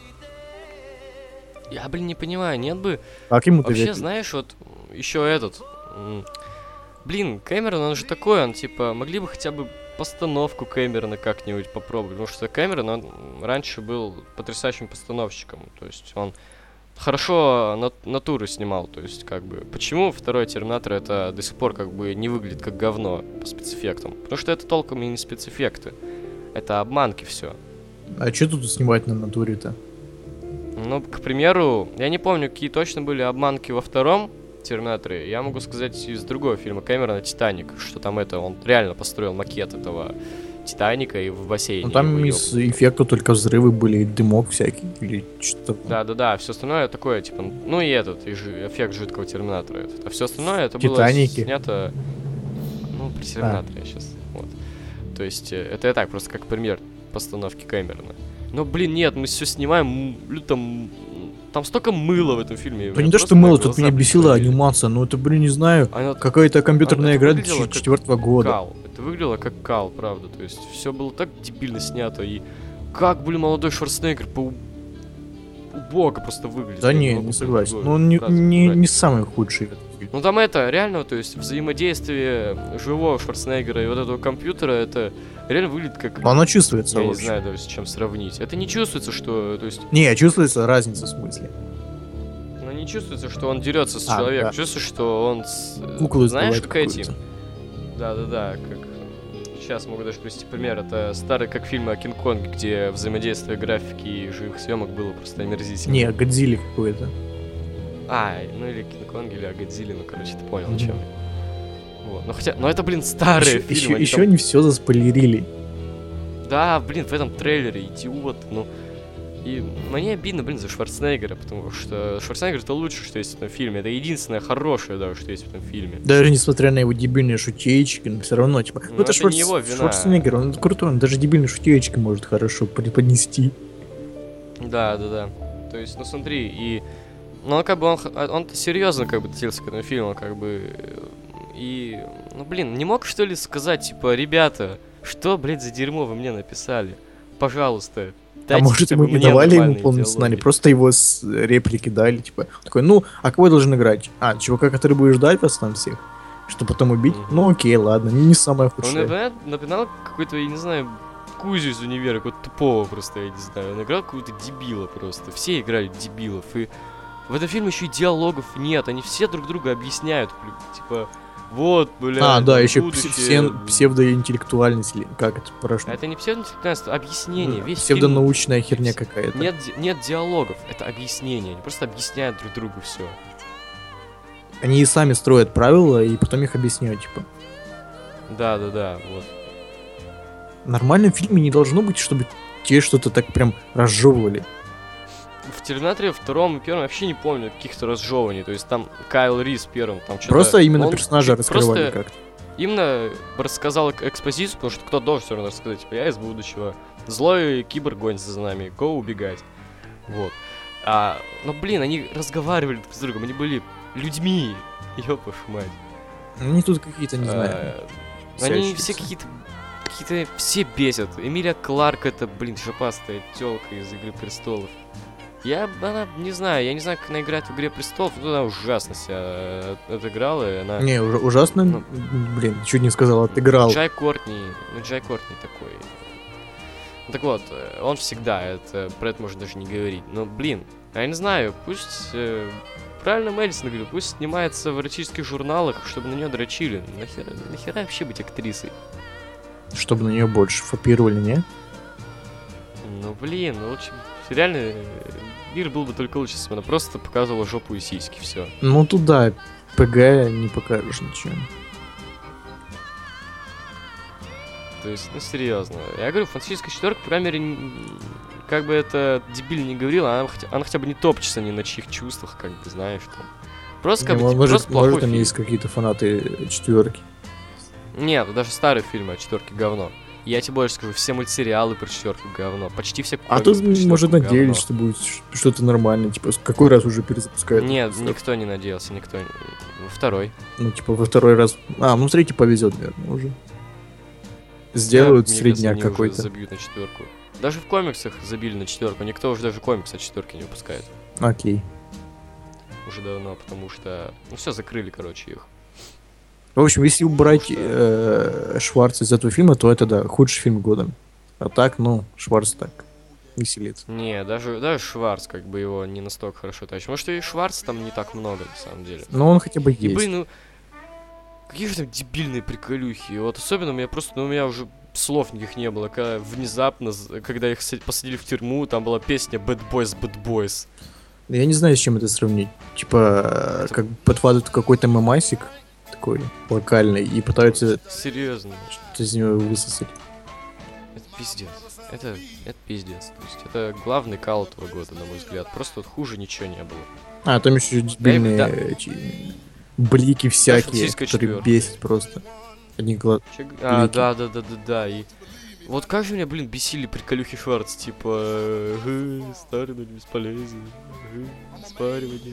Я, блин, не понимаю, нет бы... Как ему Вообще, доверить? знаешь, вот еще этот... м, Блин, Кэмерон, он же такой, он типа... Могли бы хотя бы постановку Кэмерона как-нибудь попробовать. Потому что Кэмерон, он раньше был потрясающим постановщиком. То есть он хорошо нат- натуры снимал. То есть, как бы... Почему второй Терминатор это до сих пор как бы не выглядит как говно по спецэффектам? Потому что это толком и не спецэффекты. Это обманки все. А что тут снимать на натуре-то? Ну, к примеру, я не помню, какие точно были обманки во втором Терминаторе. Я могу сказать из другого фильма Кэмерона «Титаник», что там это, он реально построил макет этого Титаника и в бассейне. Ну там его из ёбнул. эффекта только взрывы были, и дымок всякий, или что-то. Да-да-да, все остальное такое, типа, ну и этот, и жи- эффект жидкого Терминатора этот. А все остальное это Титаники. было снято, ну, при Терминаторе сейчас, вот. То есть, э, это я так, просто как пример постановки Кэмерона. Но, блин, нет, мы все снимаем, м, люто, м, там столько мыла в этом фильме. Да у не меня то, просто что мыло, глаза, тут меня блин, бесила болели. анимация, ну это, блин, не знаю, Она какая-то компьютерная это игра выглядело две как тысячи четвёртого года. кал. Это выглядело как кал, правда. То есть все было так дебильно снято. И как, блин, молодой Шварценеггер по убого просто выглядит. Да Я не, могу не согласен. другое Ну он не, фразу не, подобрать. не самый худший этот фильм. Ну там это, реально, то есть взаимодействие живого Шварценеггера и вот этого компьютера, это реально выглядит как... Оно чувствуется Я не вообще. знаю даже с чем сравнить. Это не чувствуется, что... То есть, Не, чувствуется разница в смысле. ну не чувствуется, что он дерется с А, человеком. да. Чувствуется, что он... С... Куклу Знаешь, сбивает как эти... какую-то. Да-да-да, как... Сейчас могу даже привести пример. Это старый как фильмы о Кинг-Конге, где взаимодействие графики и живых съемок было просто омерзительно. Не, Годзилли какой-то. А, ну или Кинг-Конг, или о Годзилле, ну короче, ты понял, о Мгм. чем я. Вот. Но хотя, но это, блин, старые еще, фильмы. еще, они еще там- они все заспойлерили. Да, блин, в этом трейлере идиот, ну... И мне обидно, блин, за Шварценеггера, потому что Шварценеггер — это лучшее, что есть в этом фильме. Это единственное хорошее, да, что есть в этом фильме. Даже несмотря на его дебильные шутеечки, но все равно, типа, ну, Ну, это, это Шварц... не его вина. Шварценеггер, он крутой, он даже дебильные шутеечки может хорошо преподнести. Да, да, да. То есть, ну смотри, и... Ну, он как бы, он, х- а, он серьезно как бы относился к этому фильму, как бы... э, И... Ну, блин, не мог, что ли, сказать, типа, ребята, что, блядь, за дерьмо вы мне написали? Пожалуйста, А дайте может, хотя ему бы не мне давали ему нормальные полный сценарий, диалоги. просто его с реплики дали, типа, такой, ну, а кого я должен играть? А, чувака, который будет ждать вас там всех, что потом убить? Мгм. Ну, окей, ладно, не, не самое Он худшее. напоминал, напоминал какой-то, я не знаю, Кузю из универа, какого-то тупого просто, я не знаю. Он играл какого-то дебила просто. Все играли дебилов. И в этом фильме еще и диалогов нет. Они все друг друга объясняют. блин, Типа, вот, блядь, А, да, там еще будущее. псе- псевдоинтеллектуальность, или как это прошло? А это не псевдоинтеллектуальность, а объяснение. Ну, Весь фильм- псевдонаучная херня какая-то. Нет, ди- нет диалогов, это объяснение. Они просто объясняют друг другу все. Они и сами строят правила, и потом их объясняют, типа. Да, да, да, вот. В нормальном фильме не должно быть, чтобы те что-то так прям разжевывали. В Терминаторе втором и первом я вообще не помню каких-то разжеваний. То есть там Кайл Рис первым, там что-то... Просто именно он персонажа раскрывали просто как-то. именно рассказал эк- экспозицию, потому что кто должен все равно рассказать, типа, я из будущего, злой киборг гонится за нами, го убегать. Вот. А, но, блин, они разговаривали друг с другом, они были людьми, ёпаш мать. Они тут какие-то, не знаю. А, Они всячицы. все какие-то, какие-то, все бесят. Эмилия Кларк — это, блин, шипастая тёлка из Игры Престолов. Я, она, не знаю, я не знаю, как она играет в Игре Престолов, но она ужасно себя э, отыграла, и она... Не, уже ужасно, Ну. блин, чуть не сказал, отыграл. Джай Кортни, ну Джай Кортни такой. Ну, так вот, э, он всегда, это, про это можно даже не говорить. Но, блин, я не знаю, пусть, э, правильно Мэдисон говорил, пусть снимается в эротических журналах, чтобы на нее дрочили. Нахера, нахера вообще быть актрисой? Чтобы на нее больше фопировали, не? Ну, блин, ну лучше... Реально, э, мир был бы только лучше, если бы она просто показывала жопу и сиськи, все. Ну туда, ПГ не покажешь ничего. То есть, ну серьезно. Я говорю, фантастическая четверка, по крайней мере, н- как бы это дебильно не говорила, она, хотя, она хотя бы не топчется ни на чьих чувствах, как бы, знаешь, там. Просто как Не, бы, типа, может, просто плохой может, там фильм. есть какие-то фанаты четверки. Нет, даже старые фильмы о четверке говно. Я тебе больше скажу, все мультсериалы про четверку говно. Почти все А комиксы тут, про четвёрку может, говно. надеялись, что будет ш- что-то нормальное. Типа, с какой раз уже перезапускают? Нет, Что- никто не надеялся, никто. не- Во второй. Ну, типа, во второй раз... А, ну, в третий повезет, наверное, уже. Сделают Да, мне средняк кажется, они уже какой-то. забьют на четверку. Даже в комиксах забили на четверку. Никто уже даже комикс от четверки не выпускает. Окей. Уже давно, потому что... Ну все, закрыли, короче, их. В общем, если убрать Что? э, Шварца из этого фильма, то это, да, худший фильм года. А так, ну, Шварц так, веселит. Не, даже, даже Шварц, как бы его не настолько хорошо тащит. Может, и Шварц там не так много, на самом деле. Но он хотя бы И, есть. блин, ну... Какие же там дебильные приколюхи. Вот особенно у меня просто... Ну, у меня уже слов никаких не было. Когда внезапно, з- когда их са- посадили в тюрьму, там была песня Bad Boys, Bad Boys. Я не знаю, с чем это сравнить. Типа, э, как подхватывают какой-то мемасик такой локальный и пытаются Серьезно. что-то из него высосать. Это пиздец. Это, это пиздец. То есть это главный кал этого года, на мой взгляд. Просто вот хуже ничего не было. А, там еще дебильные да. эти блики всякие, фантастическая которые четвёрка. бесят просто. Одни гла... Чё г- А, Великий. да, да, да, да, да. И вот как же меня, блин, бесили приколюхи Шварц, типа, э, «Э, старый, но не бесполезен, э, спаривание.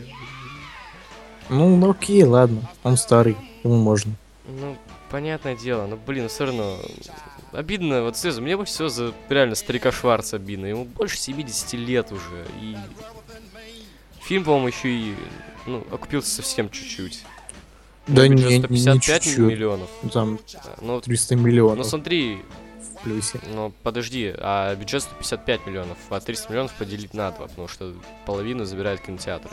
Ну, ну окей, ладно. Он старый, ему можно. Ну, понятное дело, но, блин, все равно обидно, вот серьезно, мне больше всего за реально старика Шварца обидно. Ему больше семидесяти лет уже, и фильм, по-моему, еще и, ну, окупился совсем чуть-чуть. Да Ну, не, бюджет не, сто пятьдесят не пять чуть-чуть. миллионов. Там А, Ну, триста ну, миллионов смотри, в плюсе. ну, подожди, а бюджет сто пятьдесят пять миллионов, а триста миллионов поделить на два, потому что половину забирает кинотеатр.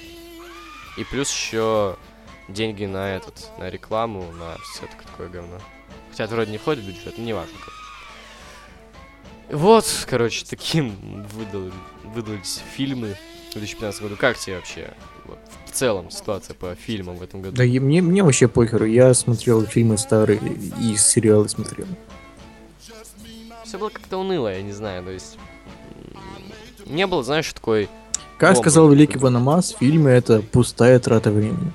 И плюс еще деньги на этот, на рекламу, на все такое говно. Хотя это вроде не входит в бюджет, но неважно. Вот, короче, таким выдал, выдались фильмы в две тысячи пятнадцатом году. Как тебе вообще? Вот, в целом ситуация по фильмам в этом году. Да и мне, мне вообще похеру. Я смотрел фильмы старые и сериалы смотрел. Все было как-то уныло, я не знаю, то есть... м, Не было, знаешь, такой... Как бомбы. сказал великий Ванамас, фильмы это пустая трата времени.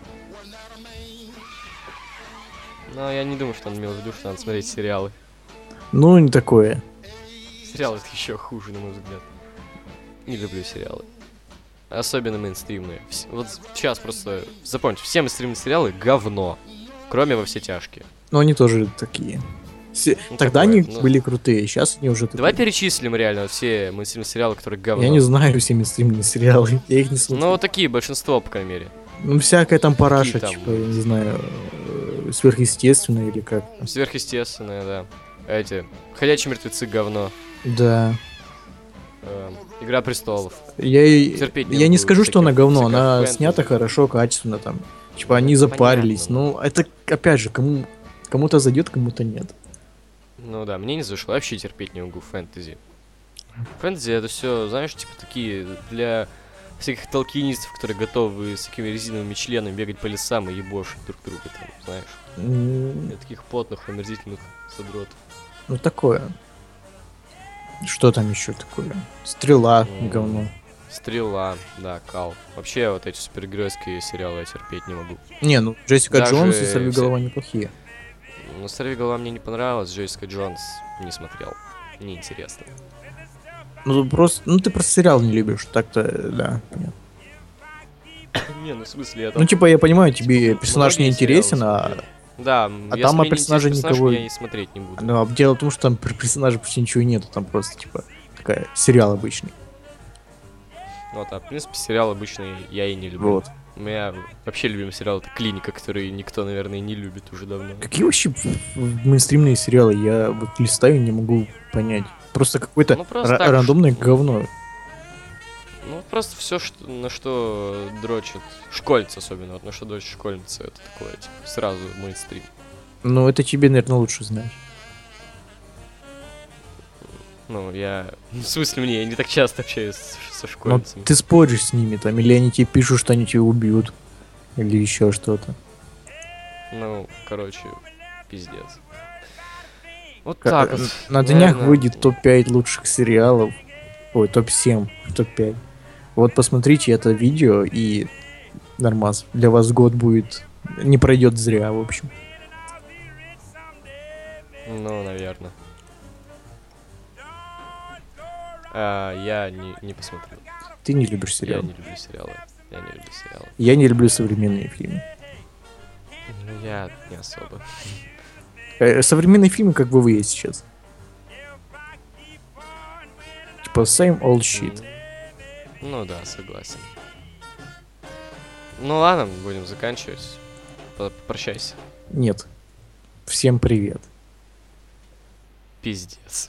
Но я не думаю, что он имел в виду, что надо смотреть сериалы. Ну, не такое. Сериалы это еще хуже, на мой взгляд. Не люблю сериалы. Особенно мейнстримные. Вс- Вот сейчас просто запомните, все мейнстримные сериалы говно. Кроме «Во все тяжкие». Но они тоже такие. Се- Ну, Тогда такое, они ну. были крутые, сейчас они уже такие. Давай перечислим реально все мейнстримные сериалы, которые говно. Я не знаю все мейнстримные сериалы, я их не смотрю. Ну, вот такие, большинство, по крайней мере. Ну, всякая там параша, там? типа, я не знаю, э, сверхъестественное или как. Сверхъестественное, да. Эти, «Ходячие мертвецы» говно. Да. Эм, «Игра престолов». Я, и- Терпеть не я не могу скажу, что она всяких- говно, всяких она фэнтези. снята хорошо, качественно там. Типа, они запарились. Понятно. Ну, это, опять же, кому, кому-то зайдет, кому-то нет. Ну да, мне не зашло, я вообще терпеть не могу фэнтези. Фэнтези это все, знаешь, типа такие для всяких толкинистов, которые готовы с такими резиновыми членами бегать по лесам и ебошить друг друга, там, знаешь. М, Для таких потных, омерзительных задротов. Ну, такое. Что там еще такое? Стрела, М. говно. Стрела, да, кал. Вообще вот эти супергеройские сериалы я терпеть не могу. Не, ну, Джессика Даже Джонс и все- Сорвиголова неплохие. Но «Сорвиголова» мне не понравилась, Джессика Джонс не смотрел. Неинтересно. Ну, просто, ну, ты просто сериал не любишь, так-то, э, да, понятно. Не, ну в смысле, я там... Ну, типа, я понимаю, тебе Типа, персонаж не многие интересен, сериалы а, смотрел. Да, а если там о мне не персонаже интересен персонаж, никого- я и смотреть не буду. ну, а дело в том, что там про персонажа почти ничего нету, там просто, типа, такая, сериал обычный. Вот, а в принципе сериал обычный я и не люблю. Вот. У меня вообще любимый сериал это «Клиника», который никто, наверное, не любит уже давно. Какие вообще в- в- мейнстримные сериалы? Я вот листаю и не могу понять. Просто какое-то Ну, просто ра- так, рандомное что- говно. Ну, просто все, что, на что дрочат школьницы особенно, вот на что дрочат школьницы, это такое, типа, сразу мейнстрим. Ну, это тебе, наверное, лучше знать. Ну, я... В смысле мне, я не так часто общаюсь с- со Но школьницами. ты споришь с ними там, или они тебе пишут, что они тебя убьют. Или еще что-то. Ну, короче, пиздец. Вот Ка- так э, вот. На днях наверное. выйдет топ пять лучших сериалов. Ой, топ семь, топ пять. Вот посмотрите это видео, и нормас. Для вас год будет... Не пройдет зря, в общем. Ну, наверное. А, я не, не посмотрю. Ты не любишь Я сериалы. не люблю сериалы. Я не люблю сериалы. Я не люблю современные фильмы. Ну, я не особо. Э, Современные фильмы, как бы вы есть сейчас. Типа same old shit. М, Ну да, согласен. Ну ладно, будем заканчивать. По- Прощайся. Нет. Всем привет. Пиздец.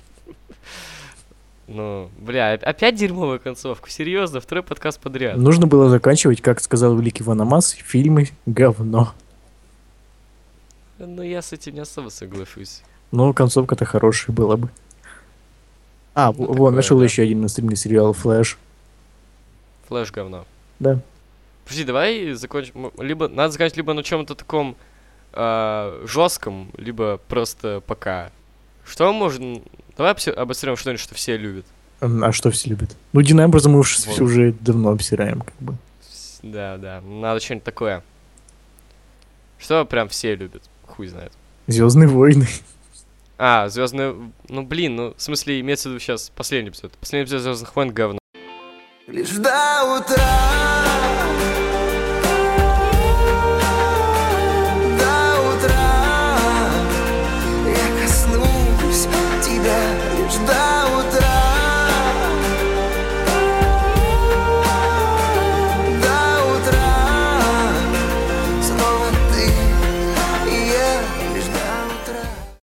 Ну, бля, оп- опять дерьмовая концовка. Серьезно, второй подкаст подряд. Нужно было заканчивать, как сказал великий Ванамас, фильмы говно. Ну, я с этим не особо соглашусь. Но концовка-то хорошая была бы. А, Ну, в- такое, вон, нашел да. еще один настольный сериал Флэш. Флэш говно. Да. Подожди, давай закончим. М, Либо надо сказать либо на чем-то таком жестком, либо просто пока. Что можно. Давай обсе- обосрем что-нибудь, что все любят. М, А что все любят? Ну, Дина Эмброза мы уж Вот. уже давно обсираем, как бы. С- Да, да. Надо что-нибудь такое. Что прям все любят. Хуй знает. Звездные войны. А, Звездные. Ну блин, ну в смысле имеется в виду сейчас последний эпизод. Последний эпизод Звездных войн говно. Лишь до утра